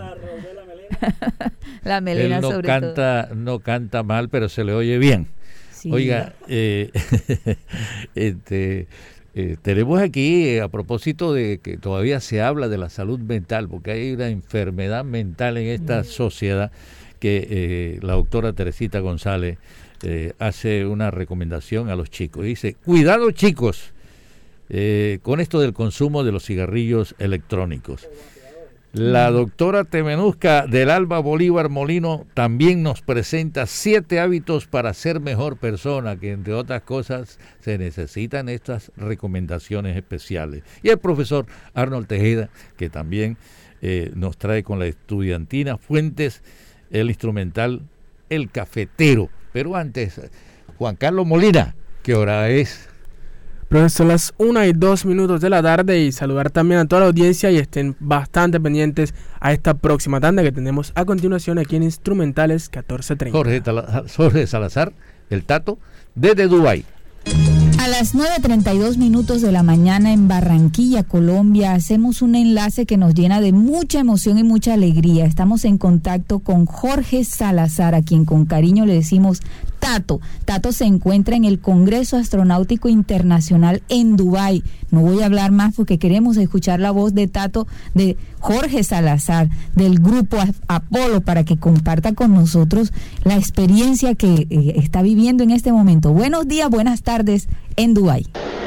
La melena él no sobre canta, todo. no canta mal, pero se le oye bien. Sí. Oiga, eh, este, eh, tenemos aquí, eh, a propósito de que todavía se habla de la salud mental, porque hay una enfermedad mental en esta mm. sociedad, que eh, la doctora Teresita González eh, hace una recomendación a los chicos. Dice, cuidado chicos, eh, con esto del consumo de los cigarrillos electrónicos. La doctora Temenuzca del Alba Bolívar Molino también nos presenta siete hábitos para ser mejor persona, que entre otras cosas se necesitan estas recomendaciones especiales. Y el profesor Arnold Tejeda, que también eh, nos trae con la estudiantina Fuentes el instrumental El Cafetero. Pero antes, Juan Carlos Molina, ¿qué hora es? Son las una y dos minutos de la tarde y saludar también a toda la audiencia y estén bastante pendientes a esta próxima tanda que tenemos a continuación aquí en Instrumentales catorce treinta. Jorge, Jorge Salazar, el Tato, desde Dubái. A las nueve treinta y dos minutos de la mañana en Barranquilla, Colombia, hacemos un enlace que nos llena de mucha emoción y mucha alegría. Estamos en contacto con Jorge Salazar, a quien con cariño le decimos Tato. Tato se encuentra en el Congreso Astronáutico Internacional en Dubái. No voy a hablar más porque queremos escuchar la voz de Tato, de Jorge Salazar, del Grupo Apolo, para que comparta con nosotros la experiencia que eh, está viviendo en este momento. Buenos días, buenas tardes en Dubái.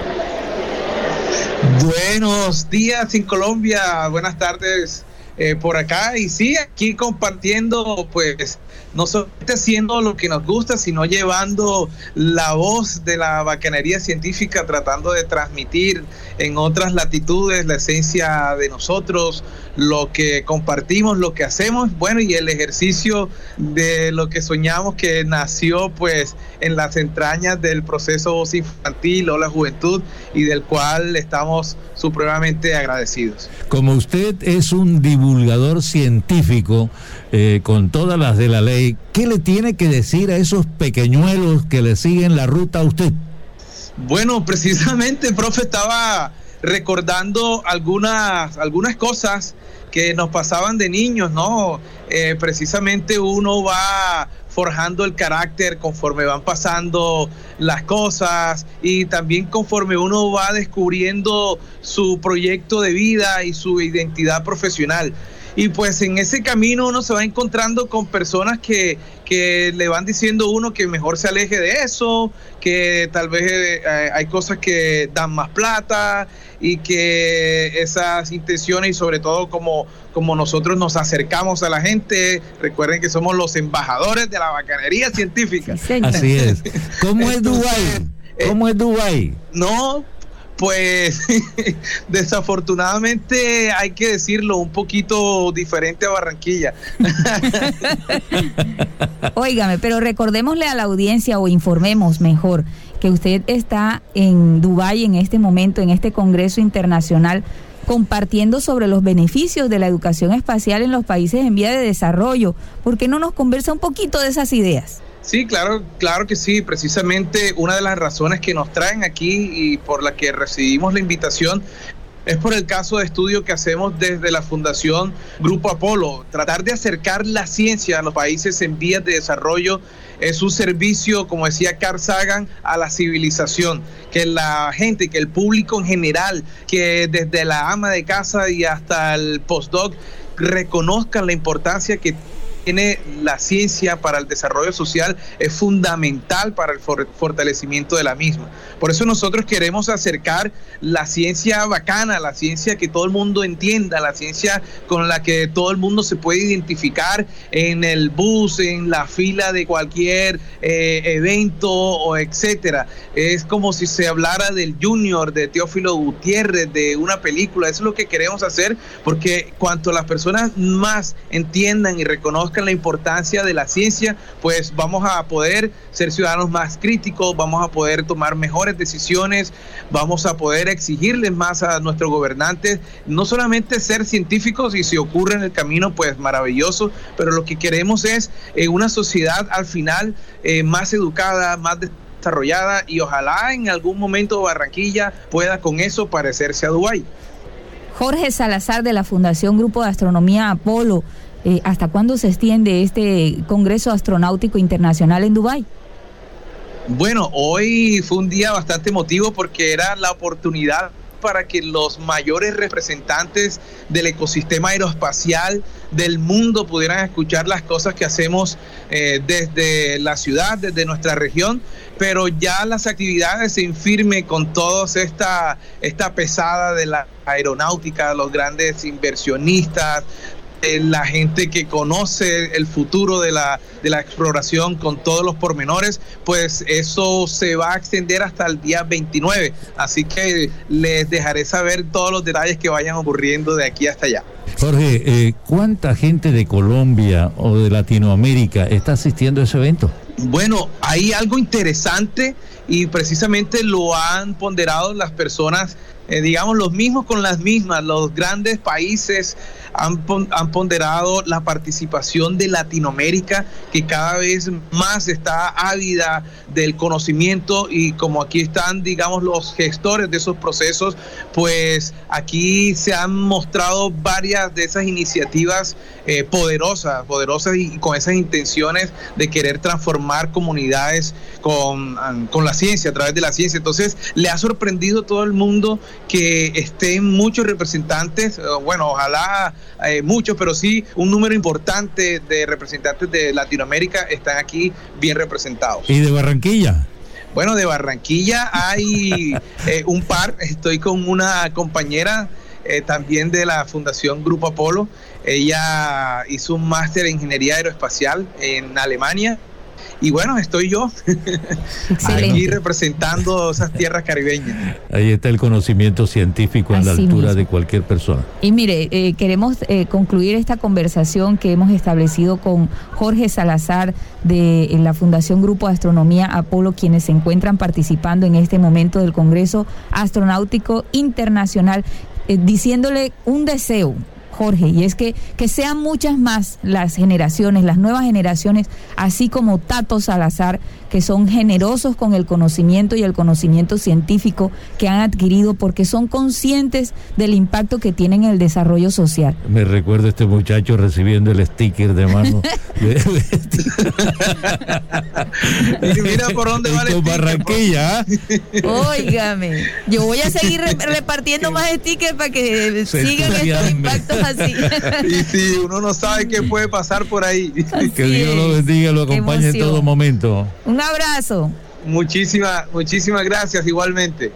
Buenos días en Colombia, buenas tardes eh, por acá, y sí, aquí compartiendo, pues, no solamente haciendo lo que nos gusta, sino llevando la voz de la bacanería científica, tratando de transmitir en otras latitudes la esencia de nosotros, lo que compartimos, lo que hacemos, bueno, y el ejercicio de lo que soñamos, que nació pues en las entrañas del proceso Voz Infantil o la Juventud, y del cual estamos supremamente agradecidos. Como usted es un divulgador científico eh, con todas las de la ley, ¿qué le tiene que decir a esos pequeñuelos que le siguen la ruta a usted? Bueno, precisamente, profe, estaba recordando algunas, algunas cosas que nos pasaban de niños, ¿no? Eh, precisamente uno va forjando el carácter conforme van pasando las cosas, y también conforme uno va descubriendo su proyecto de vida y su identidad profesional. Y pues en ese camino uno se va encontrando con personas que, que le van diciendo a uno que mejor se aleje de eso, que tal vez eh, hay cosas que dan más plata, y que esas intenciones, y sobre todo como, como nosotros nos acercamos a la gente, recuerden que somos los embajadores de la bacanería científica. Sí, así es. ¿Cómo es Dubái? ¿Cómo es Dubái? No, pues desafortunadamente hay que decirlo, un poquito diferente a Barranquilla. Óigame, pero recordémosle a la audiencia, o informemos mejor, que usted está en Dubái en este momento, en este Congreso Internacional, compartiendo sobre los beneficios de la educación espacial en los países en vía de desarrollo. ¿Por qué no nos conversa un poquito de esas ideas? Sí, claro, claro que sí. Precisamente una de las razones que nos traen aquí y por la que recibimos la invitación es por el caso de estudio que hacemos desde la Fundación Grupo Apolo. Tratar de acercar la ciencia a los países en vías de desarrollo es un servicio, como decía Carl Sagan, a la civilización. Que la gente, que el público en general, que desde la ama de casa y hasta el postdoc reconozcan la importancia que tiene la ciencia para el desarrollo social es fundamental para el for- fortalecimiento de la misma. Por eso nosotros queremos acercar la ciencia bacana, la ciencia que todo el mundo entienda, la ciencia con la que todo el mundo se puede identificar en el bus, en la fila de cualquier eh, evento o etcétera. Es como si se hablara del Junior, de Teófilo Gutiérrez, de una película. Eso es lo que queremos hacer, porque cuanto las personas más entiendan y reconozcan la importancia de la ciencia, pues vamos a poder ser ciudadanos más críticos, vamos a poder tomar mejores decisiones, vamos a poder exigirles más a nuestros gobernantes, no solamente ser científicos, y si ocurre en el camino, pues maravilloso, pero lo que queremos es eh, una sociedad al final eh, más educada, más desarrollada, y ojalá en algún momento Barranquilla pueda con eso parecerse a Dubái. Jorge Salazar, de la Fundación Grupo de Astronomía Apolo, eh, ¿hasta cuándo se extiende este Congreso Astronáutico Internacional en Dubái? Bueno, hoy fue un día bastante emotivo porque era la oportunidad para que los mayores representantes del ecosistema aeroespacial del mundo pudieran escuchar las cosas que hacemos eh, desde la ciudad, desde nuestra región, pero ya las actividades se infirme con toda esta, esta pesada de la aeronáutica, los grandes inversionistas, eh, la gente que conoce el futuro de la, de la exploración con todos los pormenores, pues eso se va a extender hasta el día veintinueve, así que les dejaré saber todos los detalles que vayan ocurriendo de aquí hasta allá. Jorge, eh, ¿cuánta gente de Colombia o de Latinoamérica está asistiendo a ese evento? Bueno, hay algo interesante y precisamente lo han ponderado las personas, eh, digamos, los mismos con las mismas, los grandes países han, pon, han ponderado la participación de Latinoamérica, que cada vez más está ávida del conocimiento, y como aquí están, digamos, los gestores de esos procesos, pues aquí se han mostrado varias de esas iniciativas eh, poderosas, poderosas y con esas intenciones de querer transformar comunidades con, con la ciencia, a través de la ciencia. Entonces, le ha sorprendido a todo el mundo que estén muchos representantes, bueno, ojalá eh, muchos, pero sí un número importante de representantes de Latinoamérica están aquí bien representados. ¿Y de Barranquilla? Bueno, de Barranquilla hay eh, un par. Estoy con una compañera eh, también de la Fundación Grupo Apolo. Ella hizo un máster en Ingeniería Aeroespacial en Alemania. Y bueno, estoy yo aquí representando esas tierras caribeñas. Ahí está el conocimiento científico en la altura de cualquier persona. Y mire, eh, queremos eh, concluir esta conversación que hemos establecido con Jorge Salazar de la Fundación Grupo de Astronomía Apolo, quienes se encuentran participando en este momento del Congreso Astronáutico Internacional, eh, diciéndole un deseo, Jorge, y es que, que sean muchas más las generaciones, las nuevas generaciones, así como Tato Salazar, que son generosos con el conocimiento y el conocimiento científico que han adquirido, porque son conscientes del impacto que tienen en el desarrollo social. Me recuerda este muchacho recibiendo el sticker de mano. Y mira por dónde va el sticker. Barranquilla. Óigame, yo voy a seguir re repartiendo más stickers para que Se sigan estos impactos así. Y si uno no sabe qué puede pasar por ahí. Así que Dios es. Lo bendiga y lo acompañe en todo momento. Un abrazo. Muchísimas, muchísimas gracias, igualmente.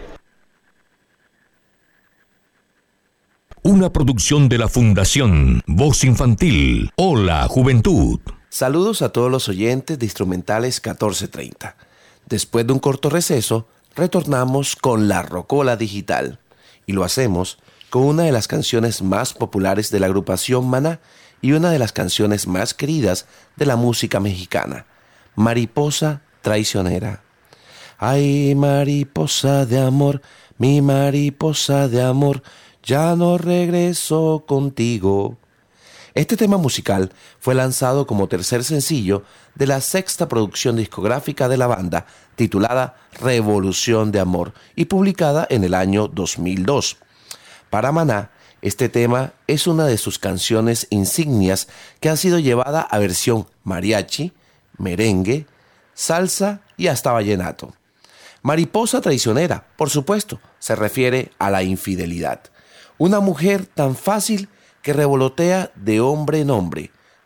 Una producción de la Fundación Voz Infantil. Hola, Juventud. Saludos a todos los oyentes de Instrumentales catorce treinta. Después de un corto receso, retornamos con La Rocola Digital. Y lo hacemos con una de las canciones más populares de la agrupación Maná y una de las canciones más queridas de la música mexicana, Mariposa Traicionera. Ay, mariposa de amor, mi mariposa de amor, ya no regreso contigo. Este tema musical fue lanzado como tercer sencillo de la sexta producción discográfica de la banda, titulada Revolución de Amor, y publicada en el año dos mil dos. Para Maná, este tema es una de sus canciones insignias que ha sido llevada a versión mariachi, merengue, salsa y hasta vallenato. Mariposa traicionera, por supuesto, se refiere a la infidelidad. Una mujer tan fácil que revolotea de hombre en hombre,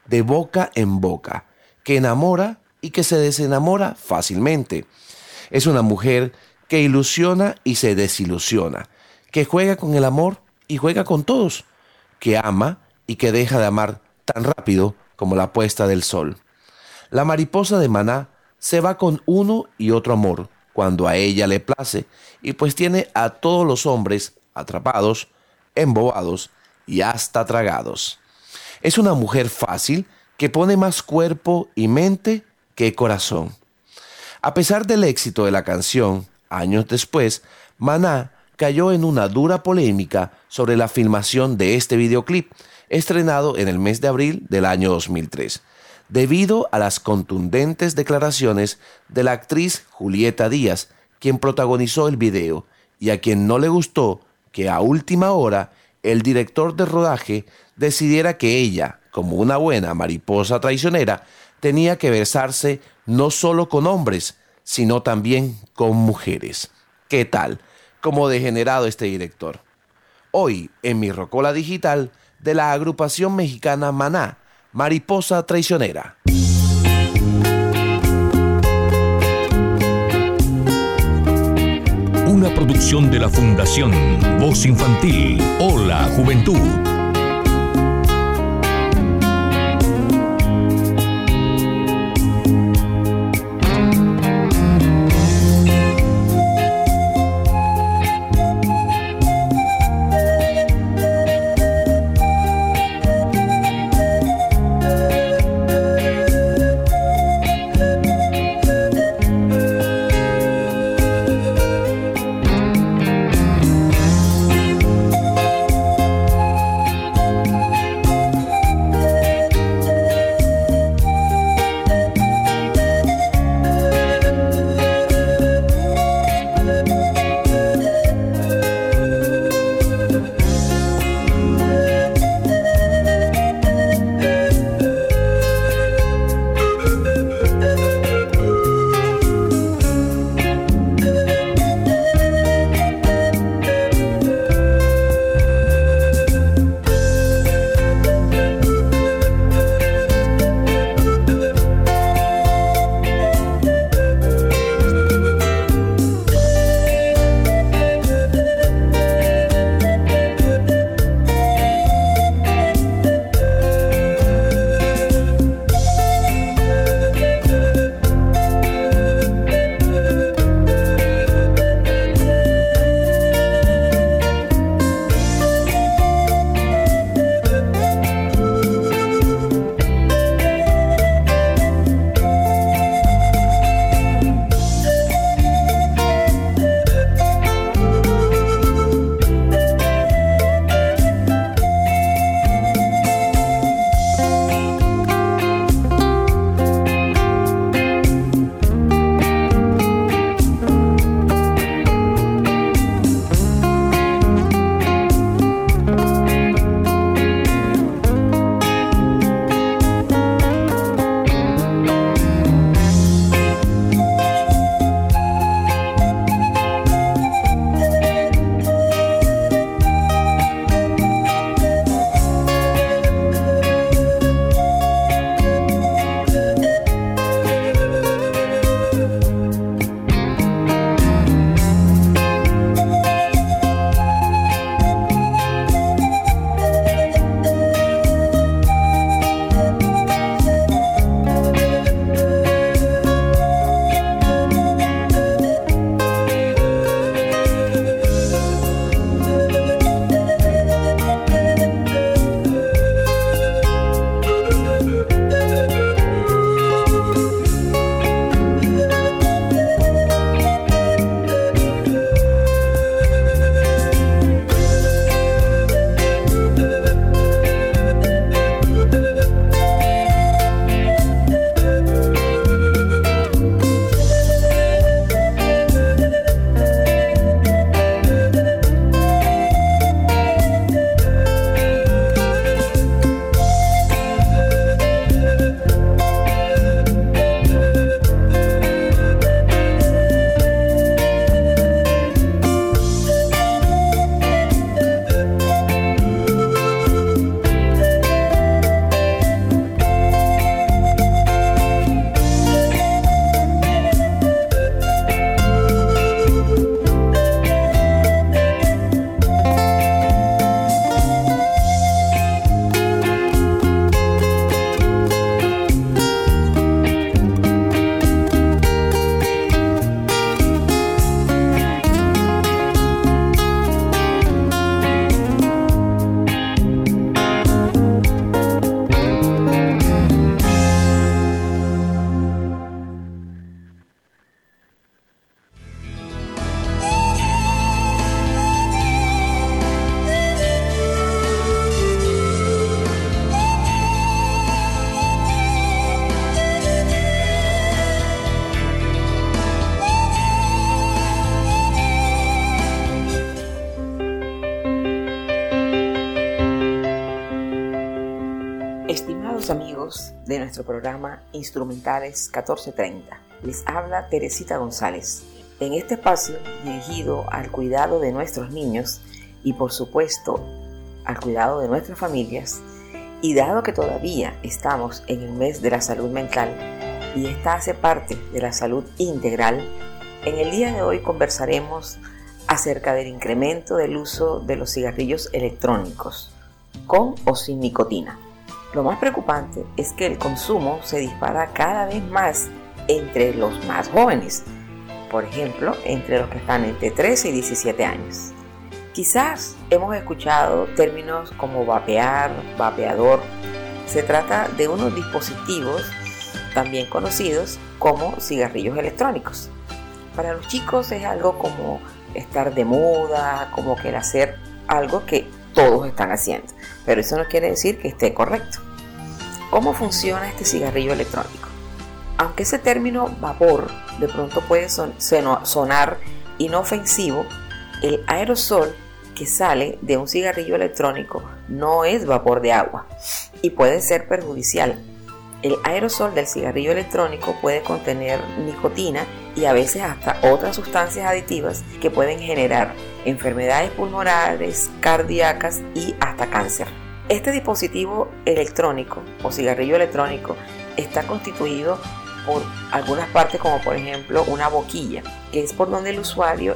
de boca en boca, que enamora y que se desenamora fácilmente. Es una mujer que ilusiona y se desilusiona, que juega con el amor y juega con todos, que ama y que deja de amar tan rápido como la puesta del sol. La mariposa de Maná se va con uno y otro amor cuando a ella le place, y pues tiene a todos los hombres atrapados, embobados y hasta tragados. Es una mujer fácil que pone más cuerpo y mente que corazón. A pesar del éxito de la canción, años después, Maná cayó en una dura polémica sobre la filmación de este videoclip, estrenado en el mes de abril del año dos mil tres, debido a las contundentes declaraciones de la actriz Julieta Díaz, quien protagonizó el video, y a quien no le gustó que a última hora el director de rodaje decidiera que ella, como una buena mariposa traicionera, tenía que besarse no solo con hombres, sino también con mujeres. ¿Qué tal? Como degenerado este director. Hoy, en mi Rocola Digital, de la agrupación mexicana Maná, Mariposa Traicionera. Una producción de la Fundación Voz Infantil. Hola, Juventud. más de nuestro programa Instrumentales catorce treinta. Les habla Teresita González. En este espacio dirigido al cuidado de nuestros niños y por supuesto al cuidado de nuestras familias, y dado que todavía estamos en el mes de la salud mental y esta hace parte de la salud integral, en el día de hoy conversaremos acerca del incremento del uso de los cigarrillos electrónicos, con o sin nicotina. Lo más preocupante es que el consumo se dispara cada vez más entre los más jóvenes, por ejemplo, entre los que están entre trece y diecisiete años. Quizás hemos escuchado términos como vapear, vapeador. Se trata de unos dispositivos también conocidos como cigarrillos electrónicos. Para los chicos es algo como estar de moda, como que el hacer algo que todos están haciendo, pero eso no quiere decir que esté correcto. ¿Cómo funciona este cigarrillo electrónico? Aunque ese término vapor de pronto puede son, sonar inofensivo, el aerosol que sale de un cigarrillo electrónico no es vapor de agua y puede ser perjudicial. El aerosol del cigarrillo electrónico puede contener nicotina y a veces hasta otras sustancias aditivas que pueden generar enfermedades pulmonares, cardíacas y hasta cáncer. Este dispositivo electrónico o cigarrillo electrónico está constituido por algunas partes, como por ejemplo una boquilla, que es por donde el usuario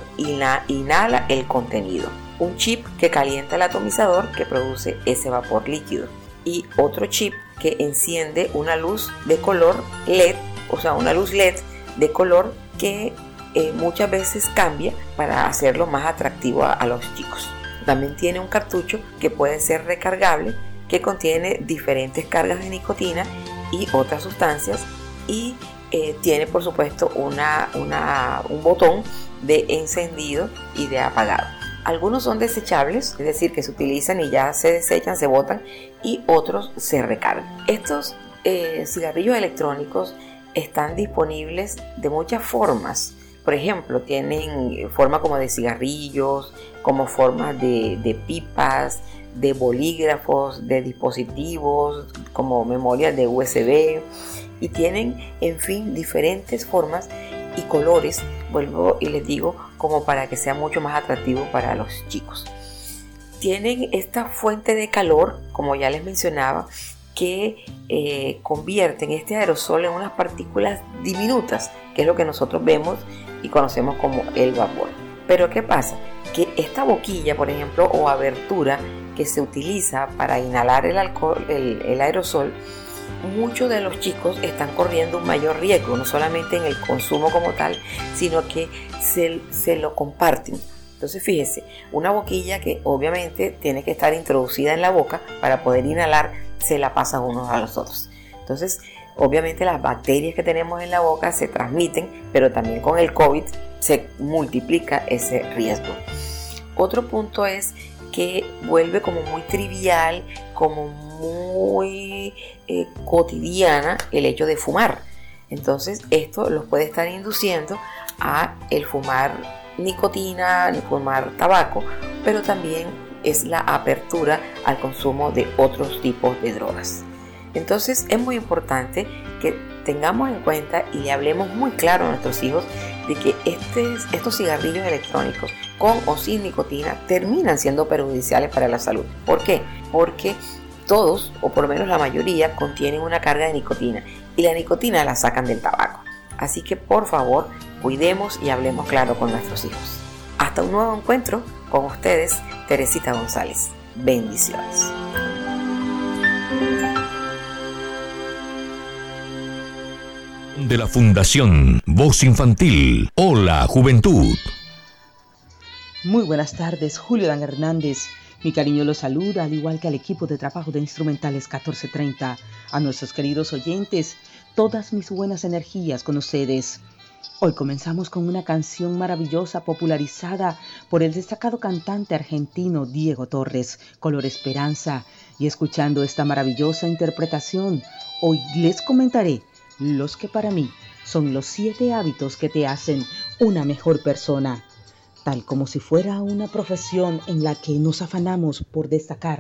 inhala el contenido, un chip que calienta el atomizador que produce ese vapor líquido y otro chip que enciende una luz de color L E D, o sea una luz L E D de color que eh, muchas veces cambia para hacerlo más atractivo a, a los chicos. También tiene un cartucho que puede ser recargable, que contiene diferentes cargas de nicotina y otras sustancias, y eh, tiene por supuesto una, una, un botón de encendido y de apagado. Algunos son desechables, es decir, que se utilizan y ya se desechan, se botan, y otros se recargan. Estos eh, cigarrillos electrónicos están disponibles de muchas formas. Por ejemplo, tienen forma como de cigarrillos, como formas de, de pipas, de bolígrafos, de dispositivos, como memorias de U S B, y tienen, en fin, diferentes formas y colores, vuelvo y les digo, como para que sea mucho más atractivo para los chicos. Tienen esta fuente de calor, como ya les mencionaba, que eh, convierten este aerosol en unas partículas diminutas, que es lo que nosotros vemos y conocemos como el vapor. Pero ¿qué pasa? Que esta boquilla, por ejemplo, o abertura que se utiliza para inhalar el alcohol, el, el aerosol, muchos de los chicos están corriendo un mayor riesgo, no solamente en el consumo como tal, sino que se, se lo comparten. Entonces fíjese, una boquilla que obviamente tiene que estar introducida en la boca para poder inhalar, se la pasa unos a los otros. Entonces, obviamente las bacterias que tenemos en la boca se transmiten, pero también con el COVID se multiplica ese riesgo. Otro punto es que vuelve como muy trivial, como muy eh, cotidiana el hecho de fumar. Entonces esto los puede estar induciendo a el fumar nicotina, ni fumar tabaco, pero también es la apertura al consumo de otros tipos de drogas. Entonces es muy importante que tengamos en cuenta y le hablemos muy claro a nuestros hijos de que este, estos cigarrillos electrónicos con o sin nicotina terminan siendo perjudiciales para la salud. ¿Por qué? Porque todos, o por lo menos la mayoría, contienen una carga de nicotina y la nicotina la sacan del tabaco. Así que por favor, cuidemos y hablemos claro con nuestros hijos. Hasta un nuevo encuentro con ustedes, Teresita González. Bendiciones. De la Fundación Voz Infantil. Hola, Juventud. Muy buenas tardes, Julio Dan Hernández. Mi cariño los saluda, al igual que al equipo de trabajo de Instrumentales catorce treinta. A nuestros queridos oyentes, todas mis buenas energías con ustedes. Hoy comenzamos con una canción maravillosa popularizada por el destacado cantante argentino Diego Torres, Color Esperanza. Y escuchando esta maravillosa interpretación, hoy les comentaré los que para mí son los siete hábitos que te hacen una mejor persona. Tal como si fuera una profesión en la que nos afanamos por destacar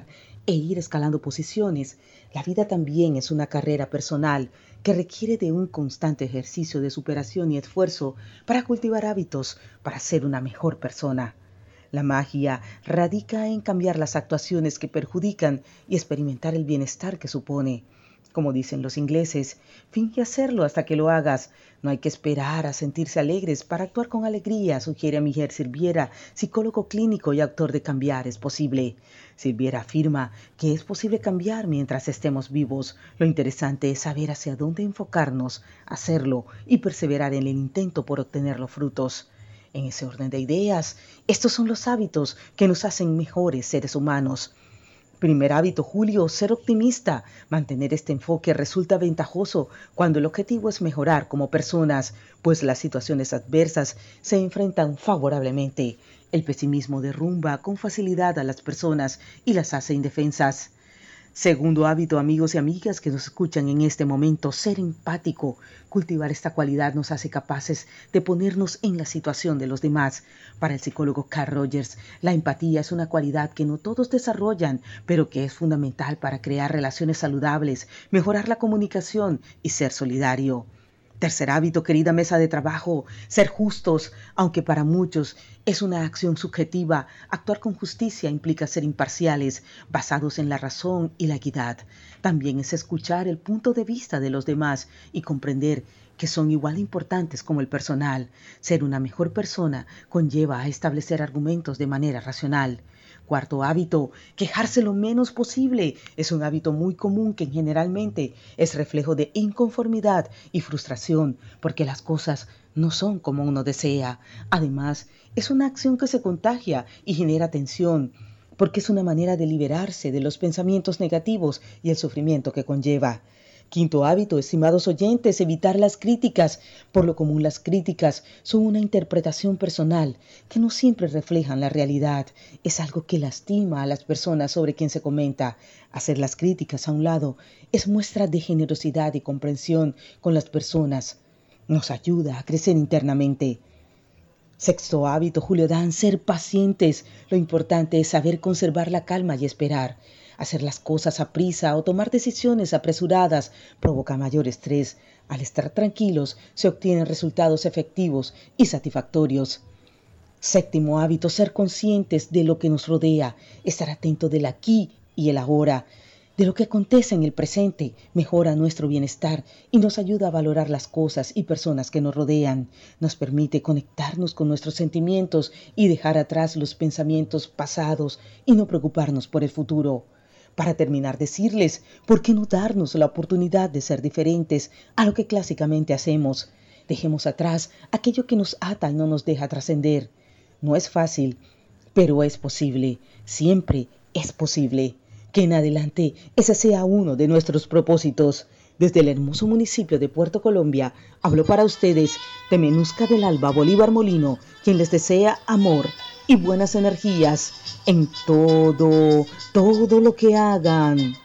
e ir escalando posiciones, la vida también es una carrera personal que requiere de un constante ejercicio de superación y esfuerzo para cultivar hábitos para ser una mejor persona. La magia radica en cambiar las actuaciones que perjudican y experimentar el bienestar que supone. Como dicen los ingleses, finge hacerlo hasta que lo hagas. No hay que esperar a sentirse alegres para actuar con alegría, sugiere Miguel Silviera, psicólogo clínico y autor de Cambiar es posible. Silviera afirma que es posible cambiar mientras estemos vivos. Lo interesante es saber hacia dónde enfocarnos, hacerlo y perseverar en el intento por obtener los frutos. En ese orden de ideas, estos son los hábitos que nos hacen mejores seres humanos. Primer hábito, Julio, ser optimista. Mantener este enfoque resulta ventajoso cuando el objetivo es mejorar como personas, pues las situaciones adversas se enfrentan favorablemente. El pesimismo derrumba con facilidad a las personas y las hace indefensas. Segundo hábito, amigos y amigas que nos escuchan en este momento, ser empático. Cultivar esta cualidad nos hace capaces de ponernos en la situación de los demás. Para el psicólogo Carl Rogers, la empatía es una cualidad que no todos desarrollan, pero que es fundamental para crear relaciones saludables, mejorar la comunicación y ser solidario. Tercer hábito, querida mesa de trabajo, ser justos, aunque para muchos es una acción subjetiva. Actuar con justicia implica ser imparciales, basados en la razón y la equidad. También es escuchar el punto de vista de los demás y comprender que son igual importantes como el personal. Ser una mejor persona conlleva a establecer argumentos de manera racional. Cuarto hábito, quejarse lo menos posible. Es un hábito muy común que generalmente es reflejo de inconformidad y frustración porque las cosas no son como uno desea. Además, es una acción que se contagia y genera tensión porque es una manera de liberarse de los pensamientos negativos y el sufrimiento que conlleva. Quinto hábito, estimados oyentes, evitar las críticas. Por lo común, las críticas son una interpretación personal que no siempre reflejan la realidad. Es algo que lastima a las personas sobre quien se comenta. Hacer las críticas a un lado es muestra de generosidad y comprensión con las personas. Nos ayuda a crecer internamente. Sexto hábito, Julio Dan, ser pacientes. Lo importante es saber conservar la calma y esperar. Hacer las cosas a prisa o tomar decisiones apresuradas provoca mayor estrés. Al estar tranquilos se obtienen resultados efectivos y satisfactorios. Séptimo hábito, ser conscientes de lo que nos rodea, estar atento del aquí y el ahora. De lo que acontece en el presente mejora nuestro bienestar y nos ayuda a valorar las cosas y personas que nos rodean. Nos permite conectarnos con nuestros sentimientos y dejar atrás los pensamientos pasados y no preocuparnos por el futuro. Para terminar, decirles, ¿por qué no darnos la oportunidad de ser diferentes a lo que clásicamente hacemos? Dejemos atrás aquello que nos ata y no nos deja trascender. No es fácil, pero es posible. Siempre es posible. Que en adelante ese sea uno de nuestros propósitos. Desde el hermoso municipio de Puerto Colombia, hablo para ustedes de Menuzca del Alba Bolívar Molino, quien les desea amor y buenas energías en todo, todo lo que hagan.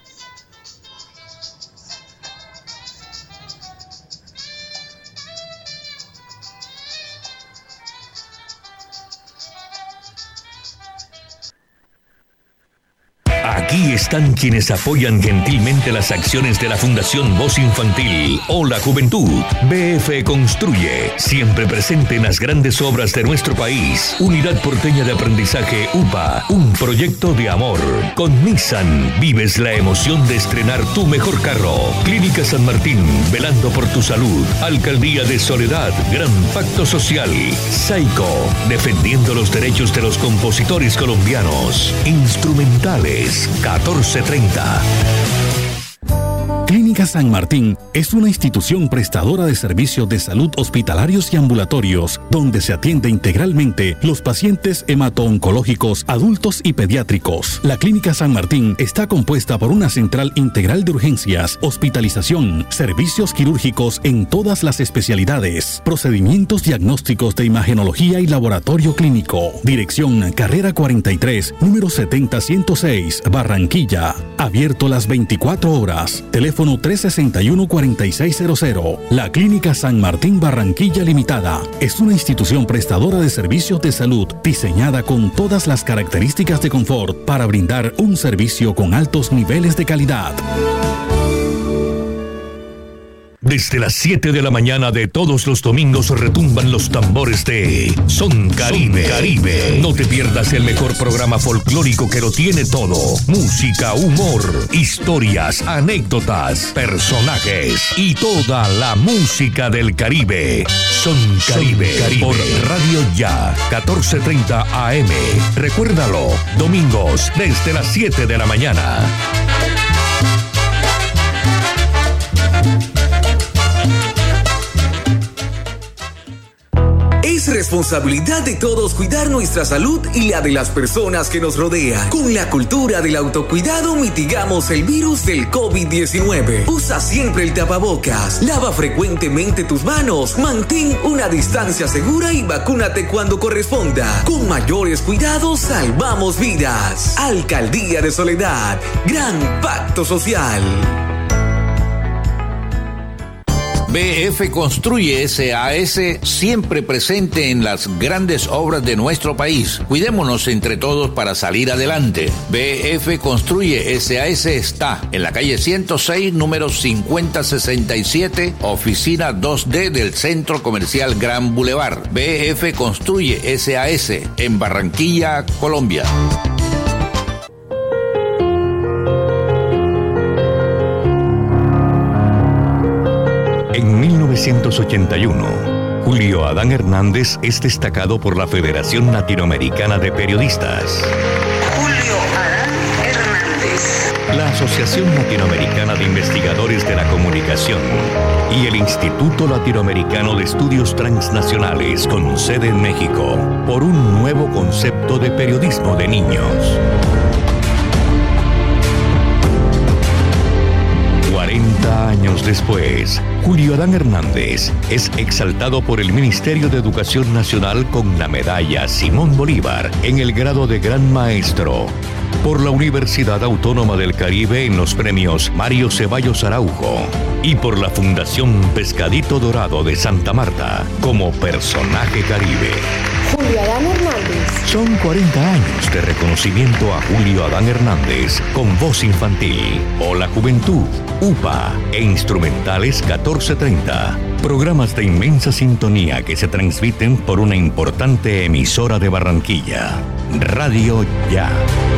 Aquí están quienes apoyan gentilmente las acciones de la Fundación Voz Infantil o la Juventud. B F Construye, siempre presente en las grandes obras de nuestro país. Unidad Porteña de Aprendizaje U P A, un proyecto de amor. Con Nissan, vives la emoción de estrenar tu mejor carro. Clínica San Martín, velando por tu salud. Alcaldía de Soledad, Gran Pacto Social. Saico, defendiendo los derechos de los compositores colombianos. Instrumentales catorce treinta. Clínica San Martín es una institución prestadora de servicios de salud hospitalarios y ambulatorios, donde se atiende integralmente los pacientes hemato-oncológicos, adultos y pediátricos. La Clínica San Martín está compuesta por una central integral de urgencias, hospitalización, servicios quirúrgicos en todas las especialidades, procedimientos diagnósticos de imagenología y laboratorio clínico. Dirección Carrera cuarenta y tres, número setenta ciento seis, Barranquilla. Abierto las veinticuatro horas. Teléfono tres seis uno, cuatro seis cero cero. La Clínica San Martín Barranquilla Limitada es una institución prestadora de servicios de salud diseñada con todas las características de confort para brindar un servicio con altos niveles de calidad. Desde las siete de la mañana de todos los domingos retumban los tambores de Son Caribe. Son Caribe. No te pierdas el mejor programa folclórico que lo tiene todo. Música, humor, historias, anécdotas, personajes y toda la música del Caribe. Son Caribe. Son Caribe. Por Radio Ya, catorce treinta A M. Recuérdalo, domingos desde las siete de la mañana. Es responsabilidad de todos cuidar nuestra salud y la de las personas que nos rodean. Con la cultura del autocuidado mitigamos el virus del COVID diecinueve. Usa siempre el tapabocas, lava frecuentemente tus manos, mantén una distancia segura y vacúnate cuando corresponda. Con mayores cuidados salvamos vidas. Alcaldía de Soledad, gran pacto social. B F Construye S A S, siempre presente en las grandes obras de nuestro país. Cuidémonos entre todos para salir adelante. B F Construye S A S está en la calle ciento seis, número cincuenta sesenta y siete, oficina dos D del Centro Comercial Gran Boulevard. B F Construye S A S en Barranquilla, Colombia. En mil novecientos ochenta y uno, Julio Adán Hernández es destacado por la Federación Latinoamericana de Periodistas. Julio Adán Hernández. La Asociación Latinoamericana de Investigadores de la Comunicación y el Instituto Latinoamericano de Estudios Transnacionales con sede en México por un nuevo concepto de periodismo de niños. cuarenta años después, Julio Adán Hernández es exaltado por el Ministerio de Educación Nacional con la medalla Simón Bolívar en el grado de Gran Maestro, por la Universidad Autónoma del Caribe en los premios Mario Ceballos Araujo y por la Fundación Pescadito Dorado de Santa Marta como personaje caribe. Julio Adán Hernández. Son cuarenta años de reconocimiento a Julio Adán Hernández con voz infantil. O la juventud, U P A e Instrumentales catorce treinta. Programas de inmensa sintonía que se transmiten por una importante emisora de Barranquilla. Radio Ya.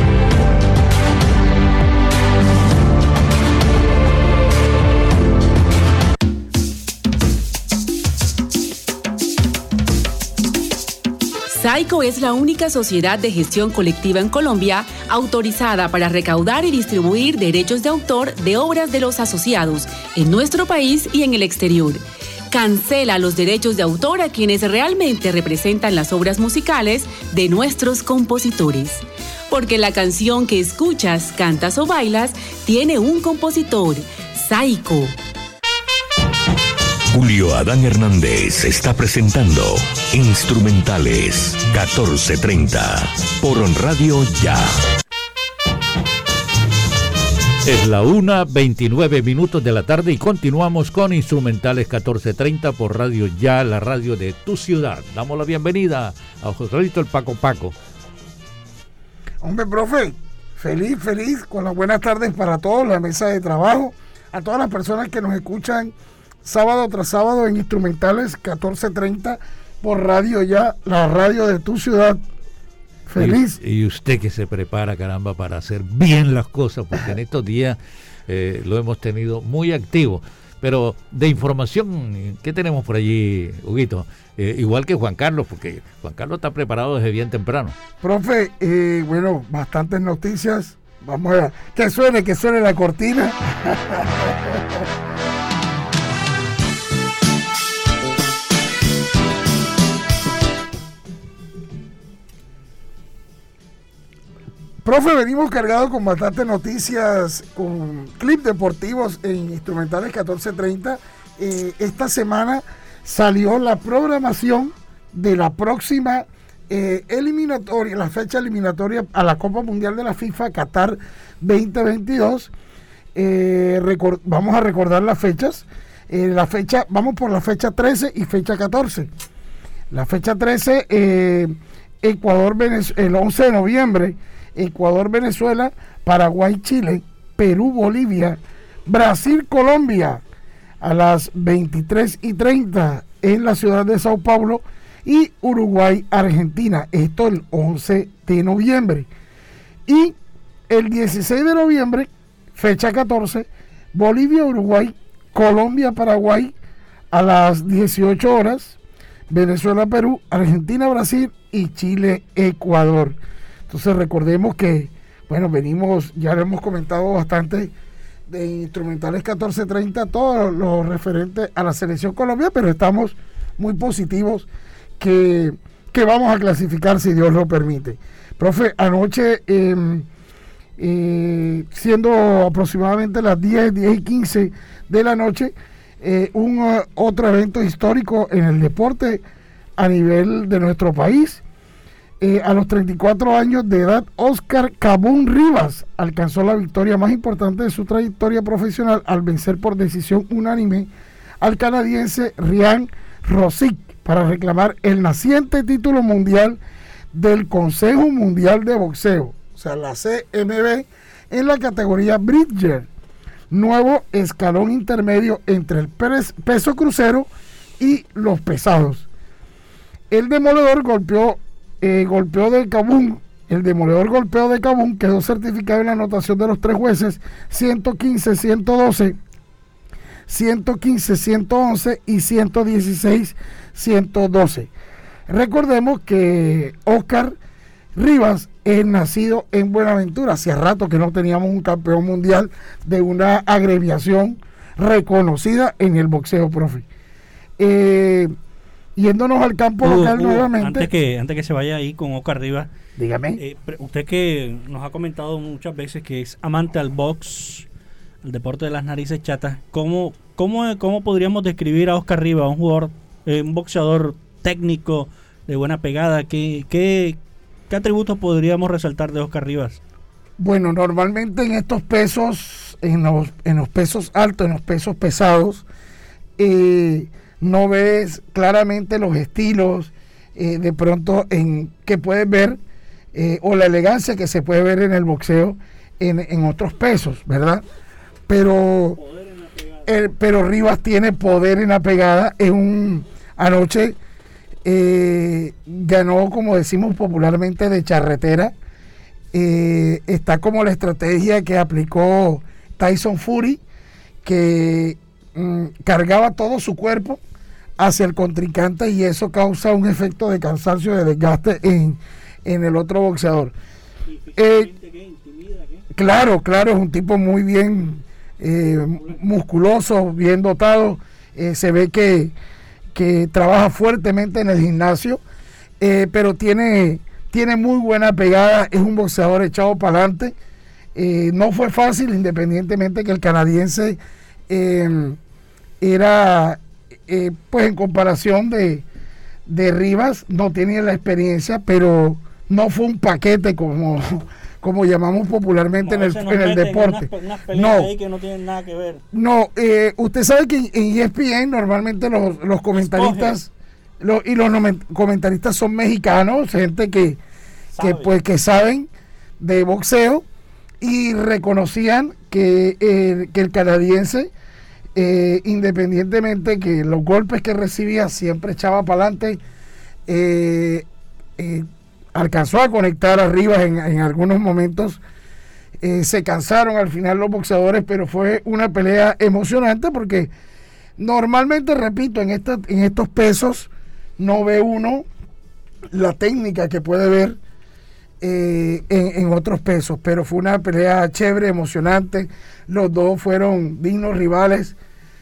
SAICO es la única sociedad de gestión colectiva en Colombia autorizada para recaudar y distribuir derechos de autor de obras de los asociados en nuestro país y en el exterior. Cancela los derechos de autor a quienes realmente representan las obras musicales de nuestros compositores. Porque la canción que escuchas, cantas o bailas tiene un compositor, SAICO. Julio Adán Hernández está presentando Instrumentales catorce treinta por Radio Ya. Es la una, veintinueve minutos de la tarde y continuamos con Instrumentales catorce treinta por Radio Ya, la radio de tu ciudad. Damos la bienvenida a Joselito el Paco Paco. Hombre, profe, feliz, feliz, con las buenas tardes para todos, la mesa de trabajo, a todas las personas que nos escuchan sábado tras sábado en Instrumentales catorce treinta por Radio Ya, la radio de tu ciudad. Feliz. Y, y usted que se prepara, caramba, para hacer bien las cosas, porque en estos días eh, lo hemos tenido muy activo. Pero de información, ¿qué tenemos por allí, Huguito? Eh, igual que Juan Carlos, porque Juan Carlos está preparado desde bien temprano. Profe, eh, bueno, bastantes noticias. Vamos a... Que suene, que suene la cortina. Profe, venimos cargados con bastantes noticias, con clips deportivos en Instrumentales catorce treinta. Eh, esta semana salió la programación de la próxima eh, eliminatoria, la fecha eliminatoria a la Copa Mundial de la FIFA Qatar veinte veintidós. eh, record, vamos a recordar las fechas. Eh, la fecha, vamos por la fecha trece y fecha catorce. La fecha trece, eh, Ecuador, el once de noviembre, Ecuador, Venezuela, Paraguay, Chile, Perú, Bolivia, Brasil, Colombia, a las veintitrés y treinta en la ciudad de Sao Paulo, y Uruguay, Argentina, esto el once de noviembre. Y el dieciséis de noviembre, fecha catorce, Bolivia, Uruguay, Colombia, Paraguay, a las dieciocho horas, Venezuela, Perú, Argentina, Brasil y Chile, Ecuador. Entonces recordemos que, bueno, venimos, ya lo hemos comentado bastante, de Instrumentales catorce treinta, todo lo referente a la selección Colombia, pero estamos muy positivos que, que vamos a clasificar si Dios lo permite. Profe, anoche, eh, eh, siendo aproximadamente las diez, diez y quince de la noche, eh, un uh, otro evento histórico en el deporte a nivel de nuestro país. Eh, a los treinta y cuatro años de edad, Oscar Cabún Rivas alcanzó la victoria más importante de su trayectoria profesional al vencer por decisión unánime al canadiense Ryan Rosick para reclamar el naciente título mundial del Consejo Mundial de Boxeo, o sea, la C M B, en la categoría Bridger, nuevo escalón intermedio entre el peso crucero y los pesados. El demoledor golpeó Eh, golpeo de Cabún, el demoledor golpeo de Cabún quedó certificado en la anotación de los tres jueces ciento quince, ciento doce, ciento quince, ciento once y ciento dieciséis, ciento doce. Recordemos que Oscar Rivas es nacido en Buenaventura. Hacía rato que no teníamos un campeón mundial de una agremiación reconocida en el boxeo, profe. Eh, Yéndonos al campo Hugo, local Hugo, nuevamente. Antes que, antes que se vaya ahí con Oscar Rivas. Dígame. Eh, usted que nos ha comentado muchas veces que es amante al box, el deporte de las narices chatas, ¿cómo, cómo, cómo podríamos describir a Oscar Rivas, un jugador, eh, un boxeador técnico, de buena pegada? ¿Qué, qué, qué atributos podríamos resaltar de Oscar Rivas? Bueno, normalmente en estos pesos, en los, en los pesos altos, en los pesos pesados, eh, no ves claramente los estilos eh, de pronto en que puedes ver eh, o la elegancia que se puede ver en el boxeo en, en otros pesos, ¿verdad? Pero el, pero Rivas tiene poder en la pegada. Es un anoche eh, ganó, como decimos popularmente, de charretera. Eh, está como la estrategia que aplicó Tyson Fury, que mm, cargaba todo su cuerpo hacia el contrincante y eso causa un efecto de cansancio, de desgaste en, en el otro boxeador. Eh, claro, claro, es un tipo muy bien eh, musculoso, bien dotado, eh, se ve que, que trabaja fuertemente en el gimnasio, eh, pero tiene, tiene muy buena pegada, es un boxeador echado para adelante. Eh, no fue fácil, independientemente que el canadiense eh, era... Eh, pues en comparación de, de Rivas, no tenía la experiencia, pero no fue un paquete como, como llamamos popularmente no, en el, en el deporte. Unas, unas no, ahí que no tienen nada que ver. No, eh, usted sabe que en E S P N normalmente los, los comentaristas los, y los comentaristas son mexicanos, gente que, que, pues, que saben de boxeo y reconocían que, eh, que el canadiense, Eh, independientemente que los golpes que recibía siempre echaba para adelante, eh, eh, alcanzó a conectar arriba en, en algunos momentos, eh, se cansaron al final los boxeadores, pero fue una pelea emocionante porque normalmente, repito, en, esta, en estos pesos no ve uno la técnica que puede ver eh, en, en otros pesos, pero fue una pelea chévere, emocionante. Los dos fueron dignos rivales,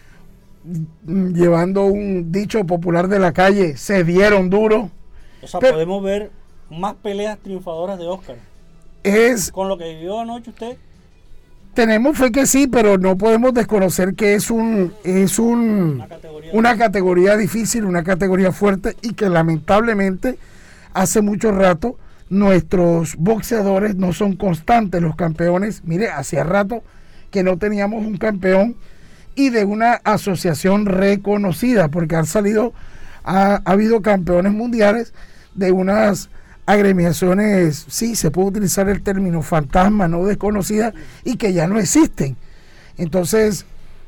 llevando un dicho popular de la calle, se dieron duro. O sea, pero podemos ver más peleas triunfadoras de Oscar. Es, con lo que vivió anoche usted. Tenemos fe que sí, pero no podemos desconocer que es un es un una categoría, una categoría difícil, una categoría fuerte y que lamentablemente hace mucho rato nuestros boxeadores no son constantes, los campeones. Mire, hacía rato que no teníamos un campeón y de una asociación reconocida, porque han salido, ha, ha habido campeones mundiales de unas agremiaciones, sí, se puede utilizar el término fantasma, no desconocida, y que ya no existen. Entonces,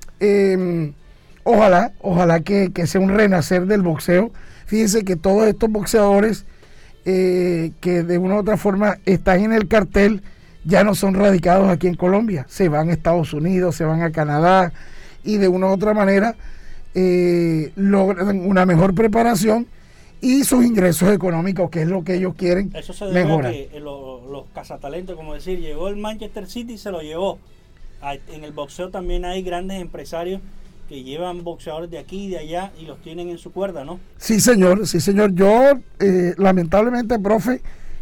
eh, ojalá, ojalá que, que sea un renacer del boxeo. Fíjense que todos estos boxeadores eh, que de una u otra forma están en el cartel, ya no son radicados aquí en Colombia, se van a Estados Unidos, se van a Canadá, y de una u otra manera eh, logran una mejor preparación y sus ingresos económicos, que es lo que ellos quieren mejorar. Eso se debe a que eh, lo, los cazatalentos, como decir, llegó el Manchester City y se lo llevó. En el boxeo también hay grandes empresarios que llevan boxeadores de aquí y de allá y los tienen en su cuerda, ¿no? Sí, señor, sí, señor. Yo, eh, lamentablemente, profe,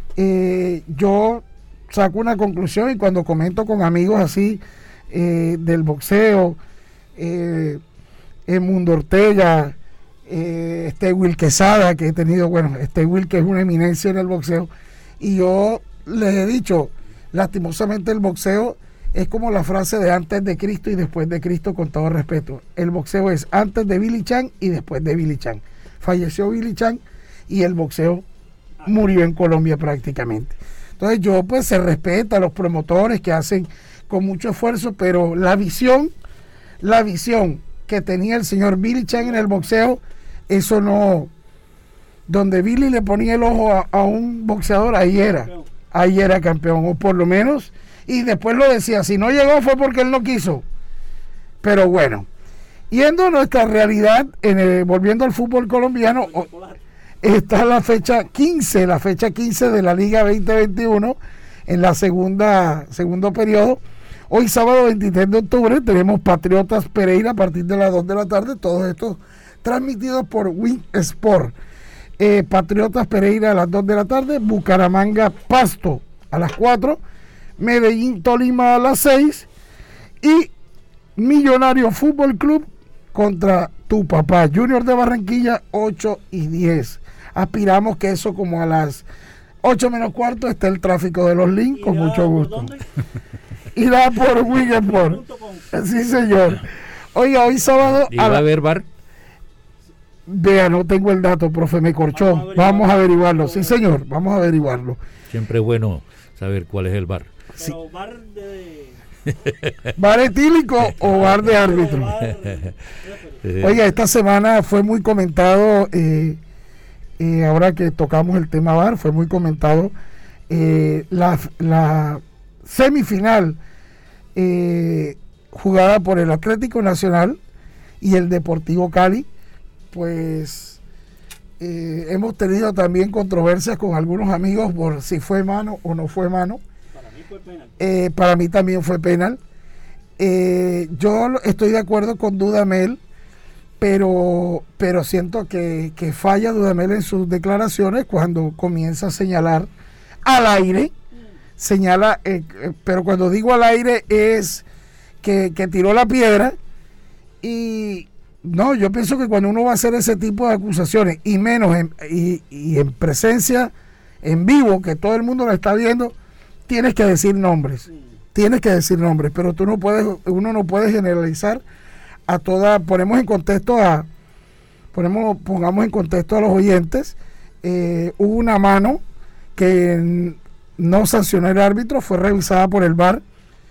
eh, yo saco una conclusión y cuando comento con amigos así eh, del boxeo, eh, el Mundo Ortega, eh, este Will Quesada, que he tenido, bueno, este Will que es una eminencia en el boxeo, y yo les he dicho, lastimosamente el boxeo es como la frase de antes de Cristo y después de Cristo, con todo respeto. El boxeo es antes de Billy Chan y después de Billy Chan. Falleció Billy Chan y el boxeo murió en Colombia prácticamente. Entonces yo, pues, se respeta a los promotores que hacen con mucho esfuerzo, pero la visión, la visión que tenía el señor Billy Chan en el boxeo, eso no, donde Billy le ponía el ojo a, a un boxeador, ahí era, ahí era campeón, o por lo menos, y después lo decía, si no llegó fue porque él no quiso. Pero bueno, yendo a nuestra realidad, en el, volviendo al fútbol colombiano, está la fecha quince, la fecha quince de la Liga veinte veintiuno, en la segunda, segundo periodo. Hoy sábado veintitrés de octubre tenemos Patriotas Pereira a partir de las dos de la tarde, todos estos transmitidos por Win Sport. Eh, Patriotas Pereira a las dos de la tarde, Bucaramanga Pasto a las cuatro, Medellín Tolima a las seis y Millonario Fútbol Club contra tu papá Junior de Barranquilla, ocho y diez. Aspiramos que eso como a las ocho menos cuarto esté el tráfico de los links, con mucho gusto. Y da por Wingsport. Sí, señor. Oiga, hoy sábado. ¿Y va a haber bar? Vea, no tengo el dato, profe, me corchó. Vamos a, vamos a averiguarlo. Sí, señor, vamos a averiguarlo. Siempre es bueno saber cuál es el bar. Sí. Pero bar de... ¿Bar etílico o bar de árbitro? Oiga, esta semana fue muy comentado, eh, eh, ahora que tocamos el tema bar, fue muy comentado eh, la, la semifinal eh, jugada por el Atlético Nacional y el Deportivo Cali. Pues eh, hemos tenido también controversias con algunos amigos por si fue mano o no fue mano. Para mí fue penal. Eh, para mí también fue penal. Eh, yo estoy de acuerdo con Dudamel, pero, pero siento que, que falla Dudamel en sus declaraciones cuando comienza a señalar al aire. Señala, eh, eh, pero cuando digo al aire es que, que tiró la piedra y... No, yo pienso que cuando uno va a hacer ese tipo de acusaciones, y menos en, y, y en presencia, en vivo, que todo el mundo lo está viendo, tienes que decir nombres, tienes que decir nombres, pero tú no puedes, uno no puede generalizar a toda, ponemos en contexto a, ponemos, pongamos en contexto a los oyentes, eh, hubo una mano que no sancionó el árbitro, fue revisada por el V A R,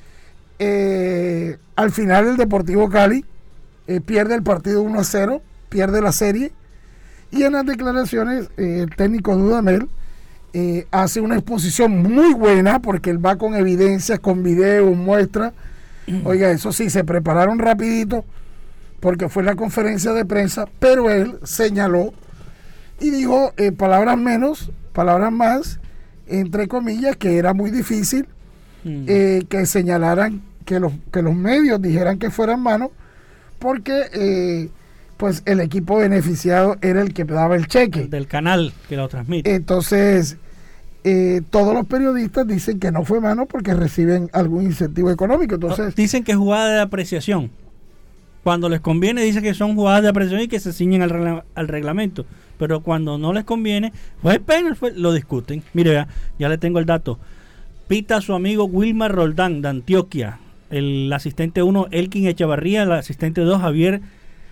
eh, al final el Deportivo Cali Eh, pierde el partido uno a cero, pierde la serie, y en las declaraciones eh, el técnico Dudamel eh, hace una exposición muy buena porque él va con evidencias, con videos, muestras. Uh-huh. Oiga, eso sí, se prepararon rapidito porque fue la conferencia de prensa, pero él señaló y dijo eh, palabras menos, palabras más, entre comillas, que era muy difícil uh-huh. eh, que señalaran, que los, que los medios dijeran que fueran manos, porque eh, pues el equipo beneficiado era el que daba el cheque. Del canal que lo transmite. Entonces, eh, todos los periodistas dicen que no fue mano porque reciben algún incentivo económico. Entonces dicen que es jugada de apreciación. Cuando les conviene dicen que son jugadas de apreciación y que se ciñen al, regla, al reglamento. Pero cuando no les conviene, pues penal, fue, lo discuten. Mire, ya, ya le tengo el dato. Pita a su amigo Wilmar Roldán de Antioquia. el asistente uno, Elkin Echavarría, el asistente dos, Javier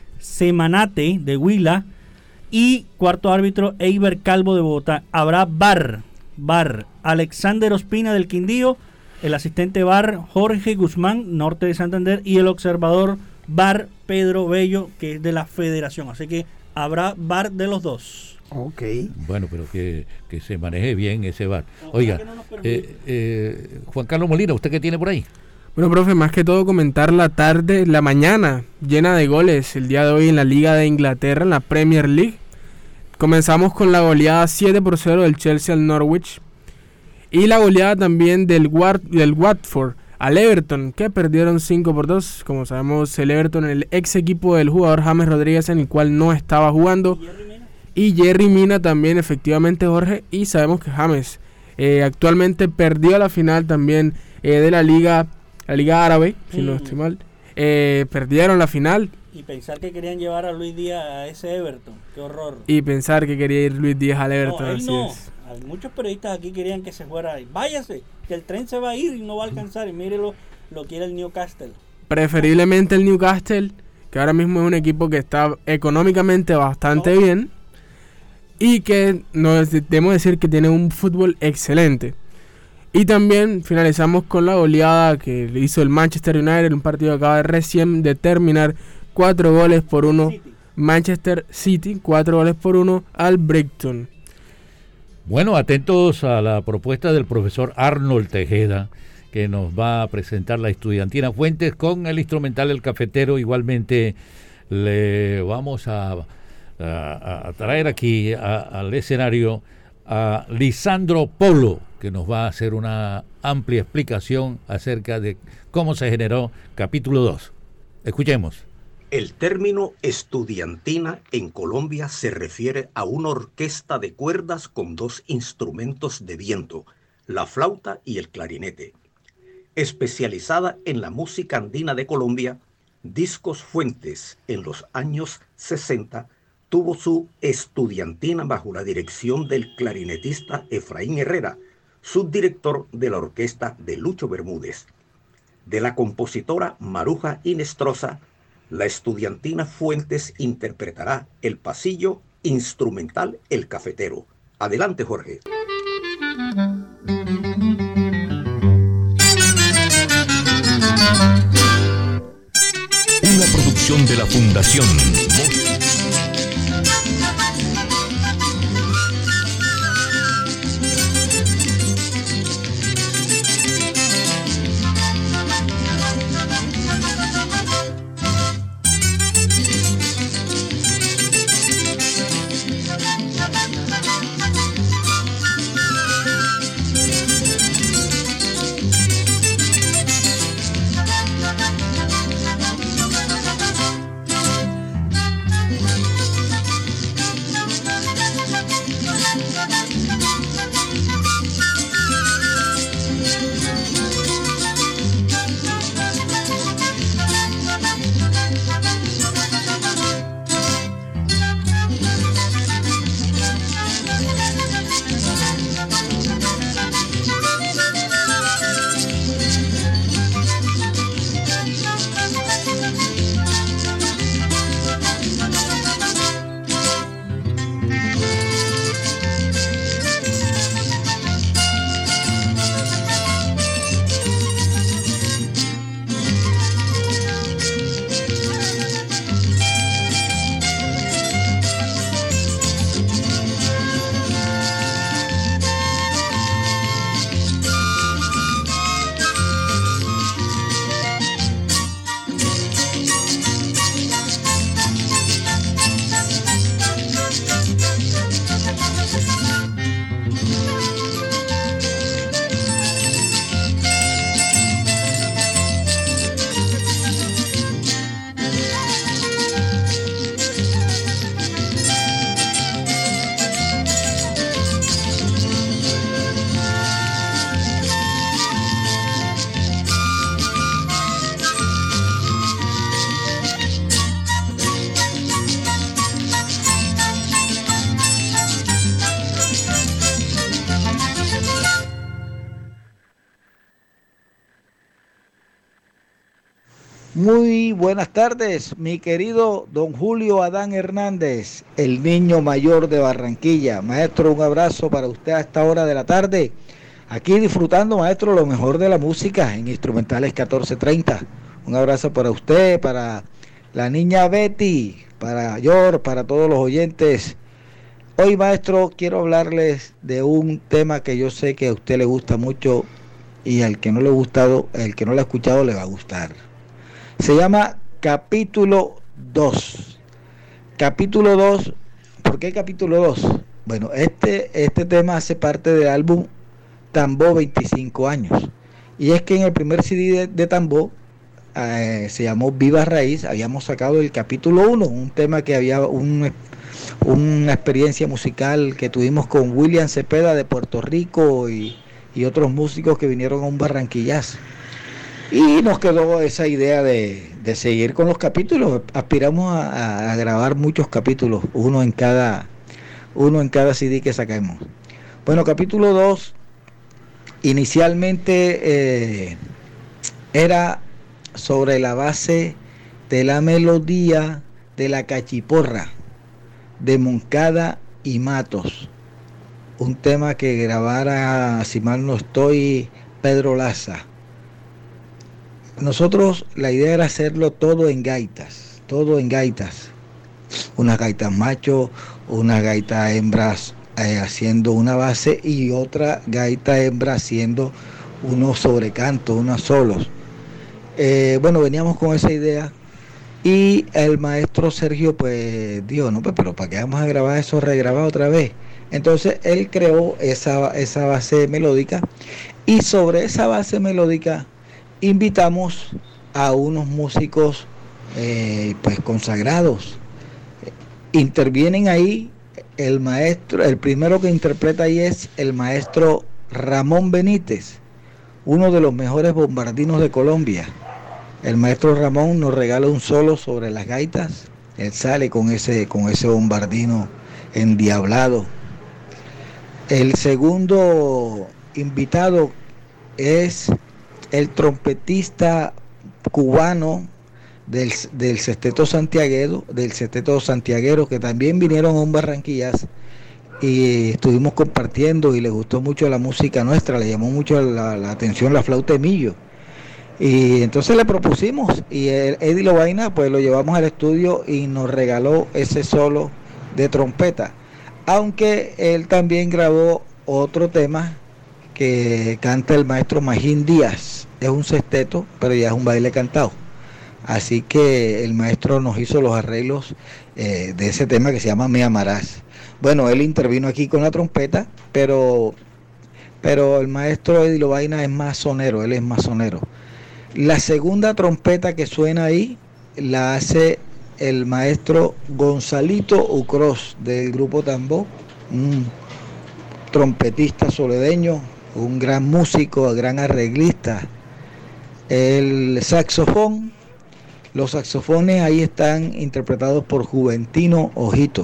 Semanate de Huila, y cuarto árbitro, Eiber Calvo de Bogotá. Habrá V A R, V A R, Alexander Ospina del Quindío, el asistente V A R, Jorge Guzmán, norte de Santander, y el observador V A R, Pedro Bello, que es de la Federación. Así que habrá V A R de los dos. Ok. Bueno, pero que, que se maneje bien ese V A R. Oiga, eh, eh, Juan Carlos Molina, ¿usted qué tiene por ahí? Bueno, profe, más que todo comentar la tarde, la mañana llena de goles el día de hoy en la Liga de Inglaterra, en la Premier League. Comenzamos con la goleada siete por cero del Chelsea al Norwich y la goleada también del, Wat, del Watford al Everton, que perdieron cinco por dos. Como sabemos, el Everton, el ex equipo del jugador James Rodríguez, en el cual no estaba jugando, y Jerry Mina también, efectivamente, Jorge, y sabemos que James eh, actualmente perdió la final también eh, de la Liga la Liga Árabe, si mm. no estoy mal. Eh, perdieron la final. Y pensar que querían llevar a Luis Díaz a ese Everton, qué horror. Y pensar que quería ir Luis Díaz al Everton, no, él así no. es. Muchos periodistas aquí querían que se fuera ahí. Váyase, que el tren se va a ir y no va a alcanzar. Y mírelo, lo quiere el Newcastle. Preferiblemente el Newcastle, que ahora mismo es un equipo que está económicamente bastante no. bien y que nos debemos decir que tiene un fútbol excelente. Y también finalizamos con la goleada que hizo el Manchester United, un partido que acaba de recién de terminar, cuatro goles por uno. City. Manchester City, cuatro goles por uno al Brighton. Bueno, atentos a la propuesta del profesor Arnold Tejeda, que nos va a presentar la estudiantina Fuentes con el instrumental El Cafetero. Igualmente le vamos a, a, a traer aquí a, al escenario a Lisandro Polo, que nos va a hacer una amplia explicación acerca de cómo se generó capítulo dos. Escuchemos. El término estudiantina en Colombia se refiere a una orquesta de cuerdas con dos instrumentos de viento, la flauta y el clarinete. Especializada en la música andina de Colombia, Discos Fuentes en los años sesenta tuvo su estudiantina bajo la dirección del clarinetista Efraín Herrera, subdirector de la orquesta de Lucho Bermúdez. De la compositora Maruja Inestrosa, la estudiantina Fuentes interpretará el pasillo instrumental El Cafetero. Adelante, Jorge. Una producción de la Fundación Muy buenas tardes, mi querido don Julio Adán Hernández, el niño mayor de Barranquilla. Maestro, un abrazo para usted a esta hora de la tarde. Aquí disfrutando, maestro, lo mejor de la música en Instrumentales catorce treinta. Un abrazo para usted, para la niña Betty, para George, para todos los oyentes. Hoy, maestro, quiero hablarles de un tema que yo sé que a usted le gusta mucho y al que no le ha gustado, el que no lo ha escuchado le va a gustar. Se llama Capítulo dos. Capítulo dos, ¿por qué Capítulo dos? Bueno, este, este tema hace parte del álbum Tambó veinticinco años. Y es que en el primer C D de, de Tambó, eh, se llamó Viva Raíz, habíamos sacado el Capítulo uno, un tema que había un, una experiencia musical que tuvimos con William Cepeda de Puerto Rico y, y otros músicos que vinieron a un barranquillazo. Y nos quedó esa idea de, de seguir con los capítulos. Aspiramos a, a grabar muchos capítulos, uno en cada uno en cada C D que saquemos. Bueno, capítulo dos, inicialmente eh, era sobre la base de la melodía de la cachiporra de Moncada y Matos. Un tema que grabara, si mal no estoy, Pedro Laza. Nosotros, la idea era hacerlo todo en gaitas, todo en gaitas. Unas gaitas macho, una gaita hembras eh, haciendo una base y otra gaita hembra haciendo unos sobrecantos, unos solos. Eh, bueno, veníamos con esa idea y el maestro Sergio pues dijo, no, pues, pero ¿para qué vamos a grabar eso regrabado otra vez? Entonces él creó esa, esa base melódica y sobre esa base melódica invitamos a unos músicos eh, pues consagrados. Intervienen ahí el maestro, el primero que interpreta ahí es el maestro Ramón Benítez, uno de los mejores bombardinos de Colombia. El maestro Ramón nos regala un solo sobre las gaitas. Él sale con ese, con ese bombardino endiablado. El segundo invitado es el trompetista cubano del, del sexteto santiaguero, del sexteto santiaguero, que también vinieron a un Barranquillas y estuvimos compartiendo y les gustó mucho la música nuestra, le llamó mucho la, la atención la flauta de millo. Y entonces le propusimos y el Eddie Lovaina pues lo llevamos al estudio y nos regaló ese solo de trompeta, aunque él también grabó otro tema que canta el maestro Magín Díaz. Es un sexteto, pero ya es un baile cantado. Así que el maestro nos hizo los arreglos eh, de ese tema que se llama Me Amarás. Bueno, él intervino aquí con la trompeta, pero, pero el maestro Eddie Lovaina es más sonero, él es más sonero. La segunda trompeta que suena ahí la hace el maestro Gonzalito Ucros del grupo Tambó, un trompetista soledeño, un gran músico, gran arreglista. El saxofón, los saxofones ahí están interpretados por Juventino Ojito.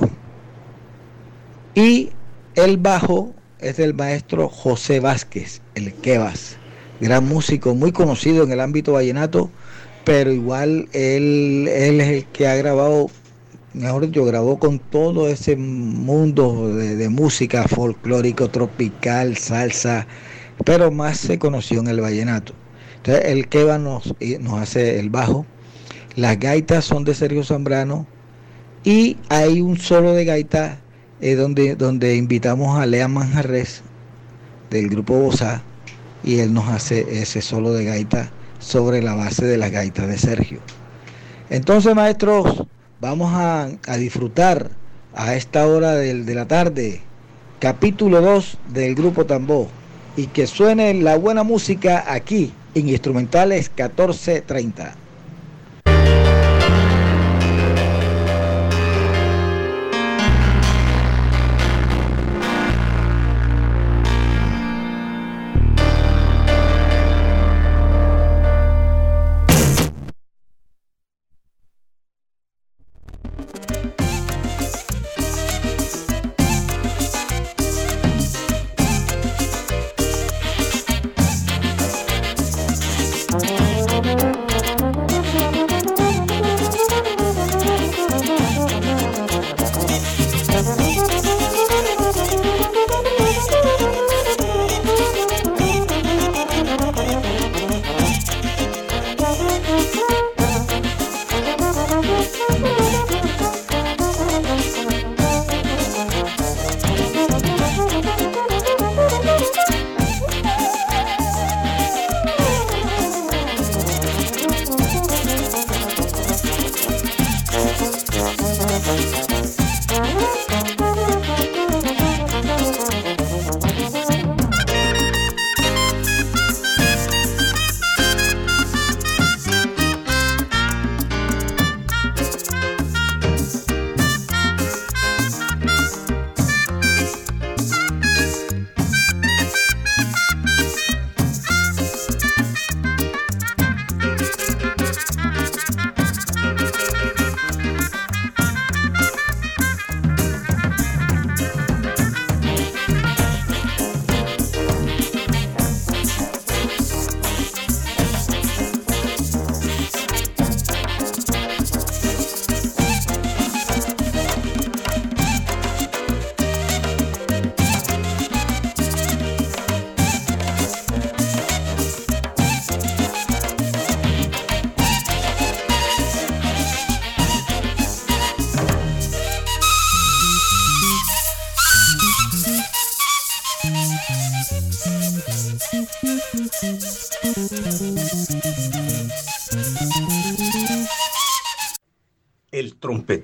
Y el bajo es del maestro José Vázquez, el Quebas, gran músico, muy conocido en el ámbito vallenato, pero igual él, él es el que ha grabado, mejor dicho, grabó con todo ese mundo de, de música folclórico, tropical, salsa, pero más se conoció en el vallenato. Entonces el Queba nos, nos hace el bajo, las gaitas son de Sergio Zambrano y hay un solo de gaita eh, donde, donde invitamos a Lea Manjarres del grupo Bozá y él nos hace ese solo de gaita sobre la base de las gaitas de Sergio. Entonces, maestros, vamos a, a disfrutar a esta hora del, de la tarde capítulo dos del grupo Tambó y que suene la buena música aquí en Instrumentales catorce treinta.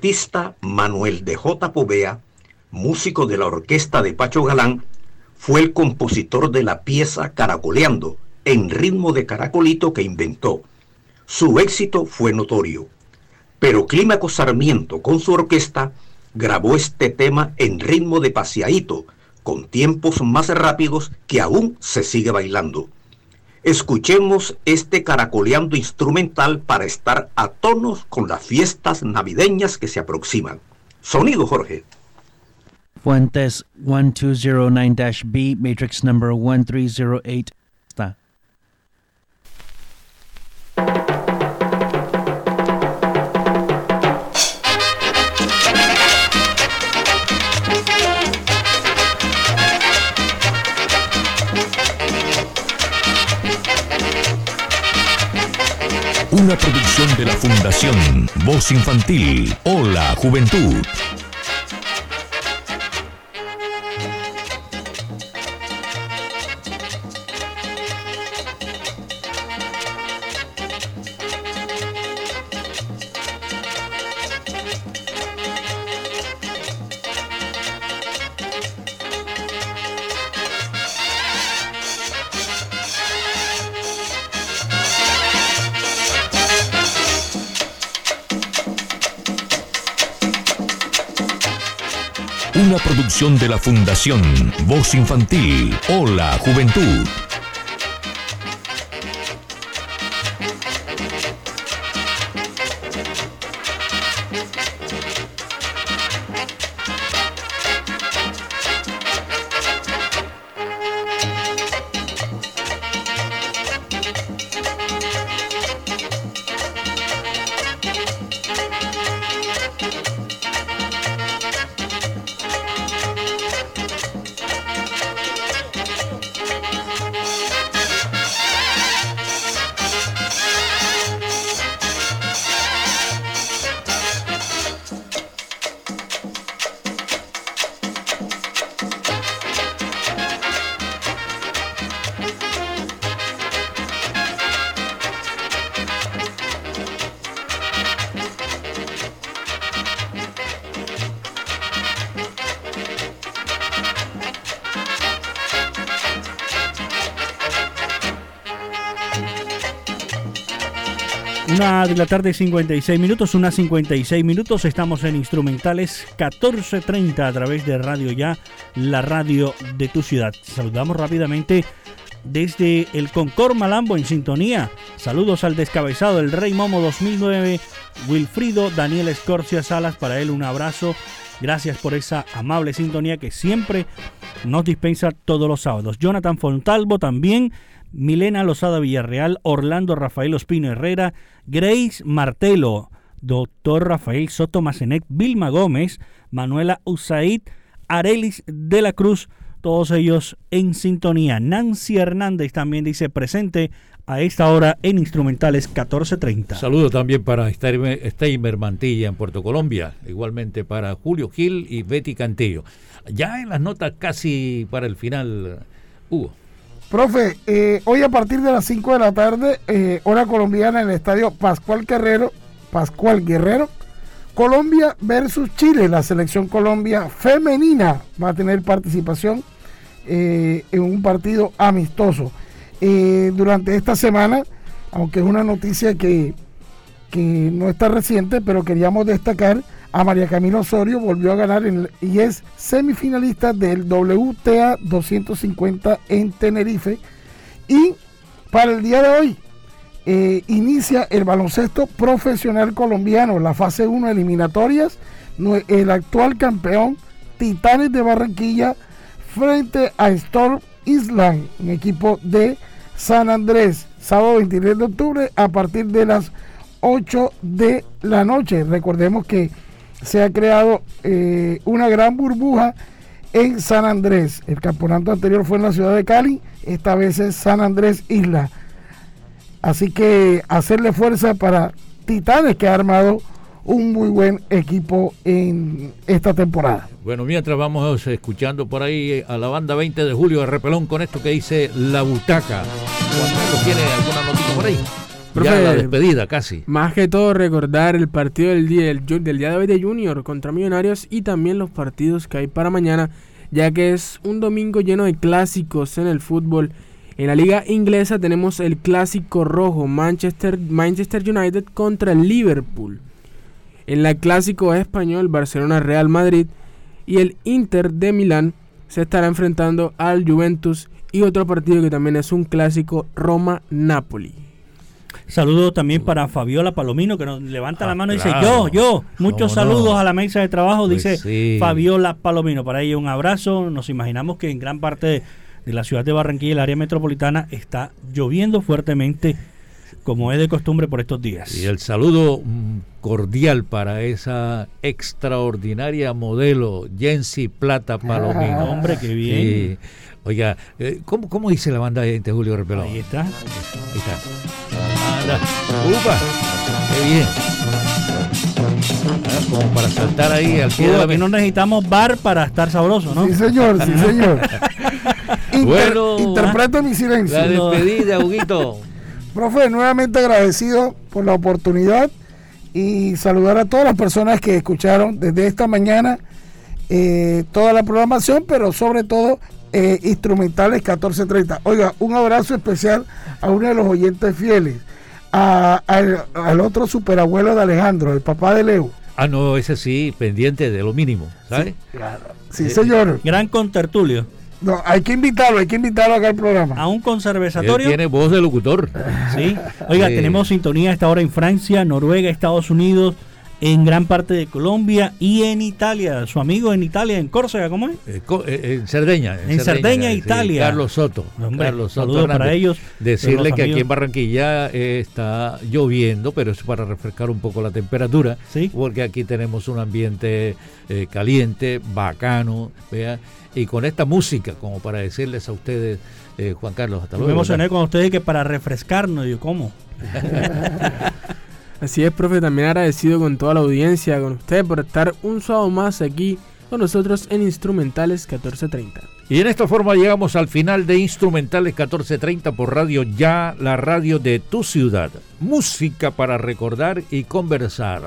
trompetista Manuel de J. Povea, músico de la orquesta de Pacho Galán, fue el compositor de la pieza Caracoleando, en ritmo de caracolito que inventó. Su éxito fue notorio, pero Clímaco Sarmiento con su orquesta grabó este tema en ritmo de paseadito, con tiempos más rápidos que aún se sigue bailando. Escuchemos este caracoleando instrumental para estar a tonos con las fiestas navideñas que se aproximan. Sonido, Jorge. Fuentes one two zero nine B, matrix number one three zero eight. Está. Una producción de la Fundación Voz Infantil. Hola, Juventud. Una producción de la Fundación Voz Infantil. Hola, Juventud. Una de la tarde, cincuenta y seis minutos, una cincuenta y seis minutos. Estamos en Instrumentales catorce treinta a través de Radio Ya, la radio de tu ciudad. Saludamos rápidamente desde el Concord Malambo en sintonía. Saludos al descabezado del Rey Momo dos mil nueve, Wilfrido Daniel Escorcia Salas. Para él un abrazo. Gracias por esa amable sintonía que siempre nos dispensa todos los sábados. Jonathan Fontalvo también. Milena Lozada Villarreal, Orlando Rafael Ospino Herrera, Grace Martelo, Doctor Rafael Soto Macenet, Vilma Gómez, Manuela Usaid, Arelis de la Cruz, todos ellos en sintonía. Nancy Hernández también dice presente a esta hora en Instrumentales catorce treinta. Saludo también para Steimer Mantilla en Puerto Colombia, igualmente para Julio Gil y Betty Cantillo. Ya en las notas casi para el final, Hugo. Profe, eh, hoy a partir de las cinco de la tarde, eh, hora colombiana en el estadio Pascual Guerrero, Pascual Guerrero, Colombia versus Chile. La selección Colombia femenina va a tener participación eh, en un partido amistoso. Eh, durante esta semana, aunque es una noticia que, que no está reciente, pero queríamos destacar, a María Camila Osorio volvió a ganar en, y es semifinalista del W T A doscientos cincuenta en Tenerife. Y para el día de hoy eh, inicia el baloncesto profesional colombiano, la fase uno eliminatorias. El actual campeón Titanes de Barranquilla frente a Storm Island, un equipo de San Andrés, sábado veintitrés de octubre a partir de las ocho de la noche. Recordemos que se ha creado eh, una gran burbuja en San Andrés. El campeonato anterior fue en la ciudad de Cali, esta vez es San Andrés Isla. Así que hacerle fuerza para Titanes, que ha armado un muy buen equipo en esta temporada. Bueno, mientras vamos escuchando por ahí a la banda veinte de julio de Repelón con esto que dice La Butaca. ¿Cuándo tiene alguna noticia por ahí? Profe, ya la despedida casi. Más que todo recordar el partido del día, del, del día de hoy de Junior contra Millonarios y también los partidos que hay para mañana, ya que es un domingo lleno de clásicos en el fútbol. En la liga inglesa tenemos el clásico rojo Manchester, Manchester United contra el Liverpool. En la clásico español Barcelona Real Madrid y el Inter de Milán se estará enfrentando al Juventus, y otro partido que también es un clásico, Roma-Napoli. Saludos también para Fabiola Palomino, que nos levanta ah, la mano y claro. dice yo, yo. Muchos saludos no? a la mesa de trabajo, pues dice sí. Fabiola Palomino. Para ella un abrazo. Nos imaginamos que en gran parte de, de la ciudad de Barranquilla, el área metropolitana, está lloviendo fuertemente, como es de costumbre por estos días. Y el saludo cordial para esa extraordinaria modelo Jensi Plata Palomino. Ah, hombre, qué bien. Sí. Oiga, ¿cómo, ¿cómo dice la banda de Julio Repelón? Ahí está. Ahí está. Anda. ¡Upa! ¡Qué bien! Ah, como para saltar ahí al pie Uy, de la aquí no necesitamos bar para estar sabroso, ¿no? Sí, señor, sí, señor. Inter, bueno, interpreto mi silencio. La despedida, Huguito. Profe, nuevamente agradecido por la oportunidad y saludar a todas las personas que escucharon desde esta mañana eh, toda la programación, pero sobre todo eh, Instrumentales catorce treinta. Oiga, un abrazo especial a uno de los oyentes fieles, a, a, al, al otro superabuelo de Alejandro, el papá de Leo. Ah, no, ese sí, pendiente de lo mínimo, ¿sabes? Sí, claro. Sí, señor. Gran contertulio. No, hay que invitarlo, hay que invitarlo acá al programa. A un conservatorio. Él tiene voz de locutor. Sí. Oiga, sí. Tenemos sintonía a esta hora en Francia, Noruega, Estados Unidos, en gran parte de Colombia y en Italia. Su amigo en Italia, en Córcega, ¿cómo es? Eh, co- eh, en Cerdeña. En, en Cerdeña, sí, Italia. Carlos Soto. Hombre, Carlos Soto saludos para ellos. Decirle que amigos. aquí en Barranquilla eh, está lloviendo, pero es para refrescar un poco la temperatura. Sí. Porque aquí tenemos un ambiente eh, caliente, bacano, ¿vea? Y con esta música, como para decirles a ustedes, eh, Juan Carlos, hasta Yo luego. me emocioné con ustedes que para refrescarnos, yo, ¿cómo? Así es, profe, también agradecido con toda la audiencia, con usted por estar un sábado más aquí con nosotros en Instrumentales catorce treinta. Y en esta forma llegamos al final de Instrumentales catorce treinta por Radio Ya, la radio de tu ciudad. Música para recordar y conversar.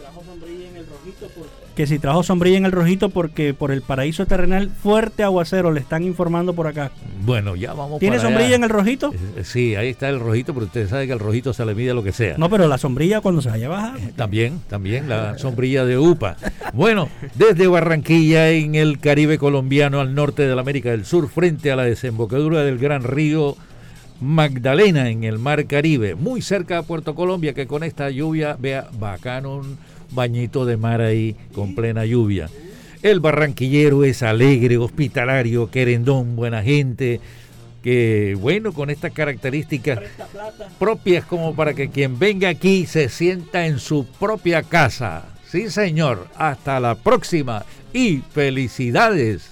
Que si trajo sombrilla en el rojito porque por el paraíso terrenal fuerte aguacero, le están informando por acá. Bueno, ya vamos. ¿Tiene para sombrilla allá. en el rojito? Eh, Sí, ahí está el rojito, pero usted sabe que el rojito se le mide lo que sea. No, pero la sombrilla cuando se vaya a bajar. También, también la sombrilla de UPA. Bueno, desde Barranquilla, en el Caribe colombiano, al norte de la América del Sur, frente a la desembocadura del gran río Magdalena, en el Mar Caribe, muy cerca de Puerto Colombia, que con esta lluvia, vea, bacano, un bañito de mar ahí, con plena lluvia. El barranquillero es alegre, hospitalario, querendón, buena gente, que bueno, con estas características propias como para que quien venga aquí se sienta en su propia casa. Sí, señor. Hasta la próxima y felicidades.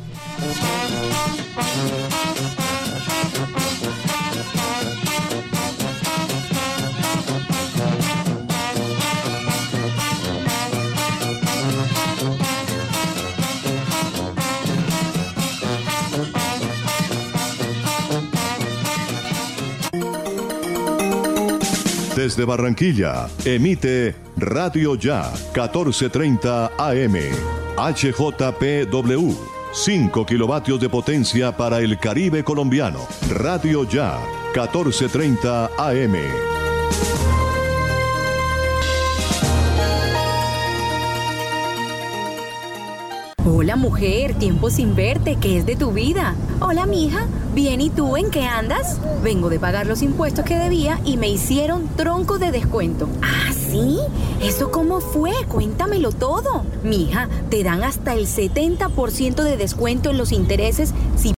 Desde Barranquilla, emite Radio Ya, catorce treinta A M, H J P W, cinco kilovatios de potencia para el Caribe colombiano. Radio Ya, catorce treinta A M. Hola mujer, tiempo sin verte, ¿qué es de tu vida? Hola mija, bien, ¿y tú en qué andas? Vengo de pagar los impuestos que debía y me hicieron tronco de descuento. ¿Ah, sí? ¿Eso cómo fue? Cuéntamelo todo. Mija, te dan hasta el setenta por ciento de descuento en los intereses si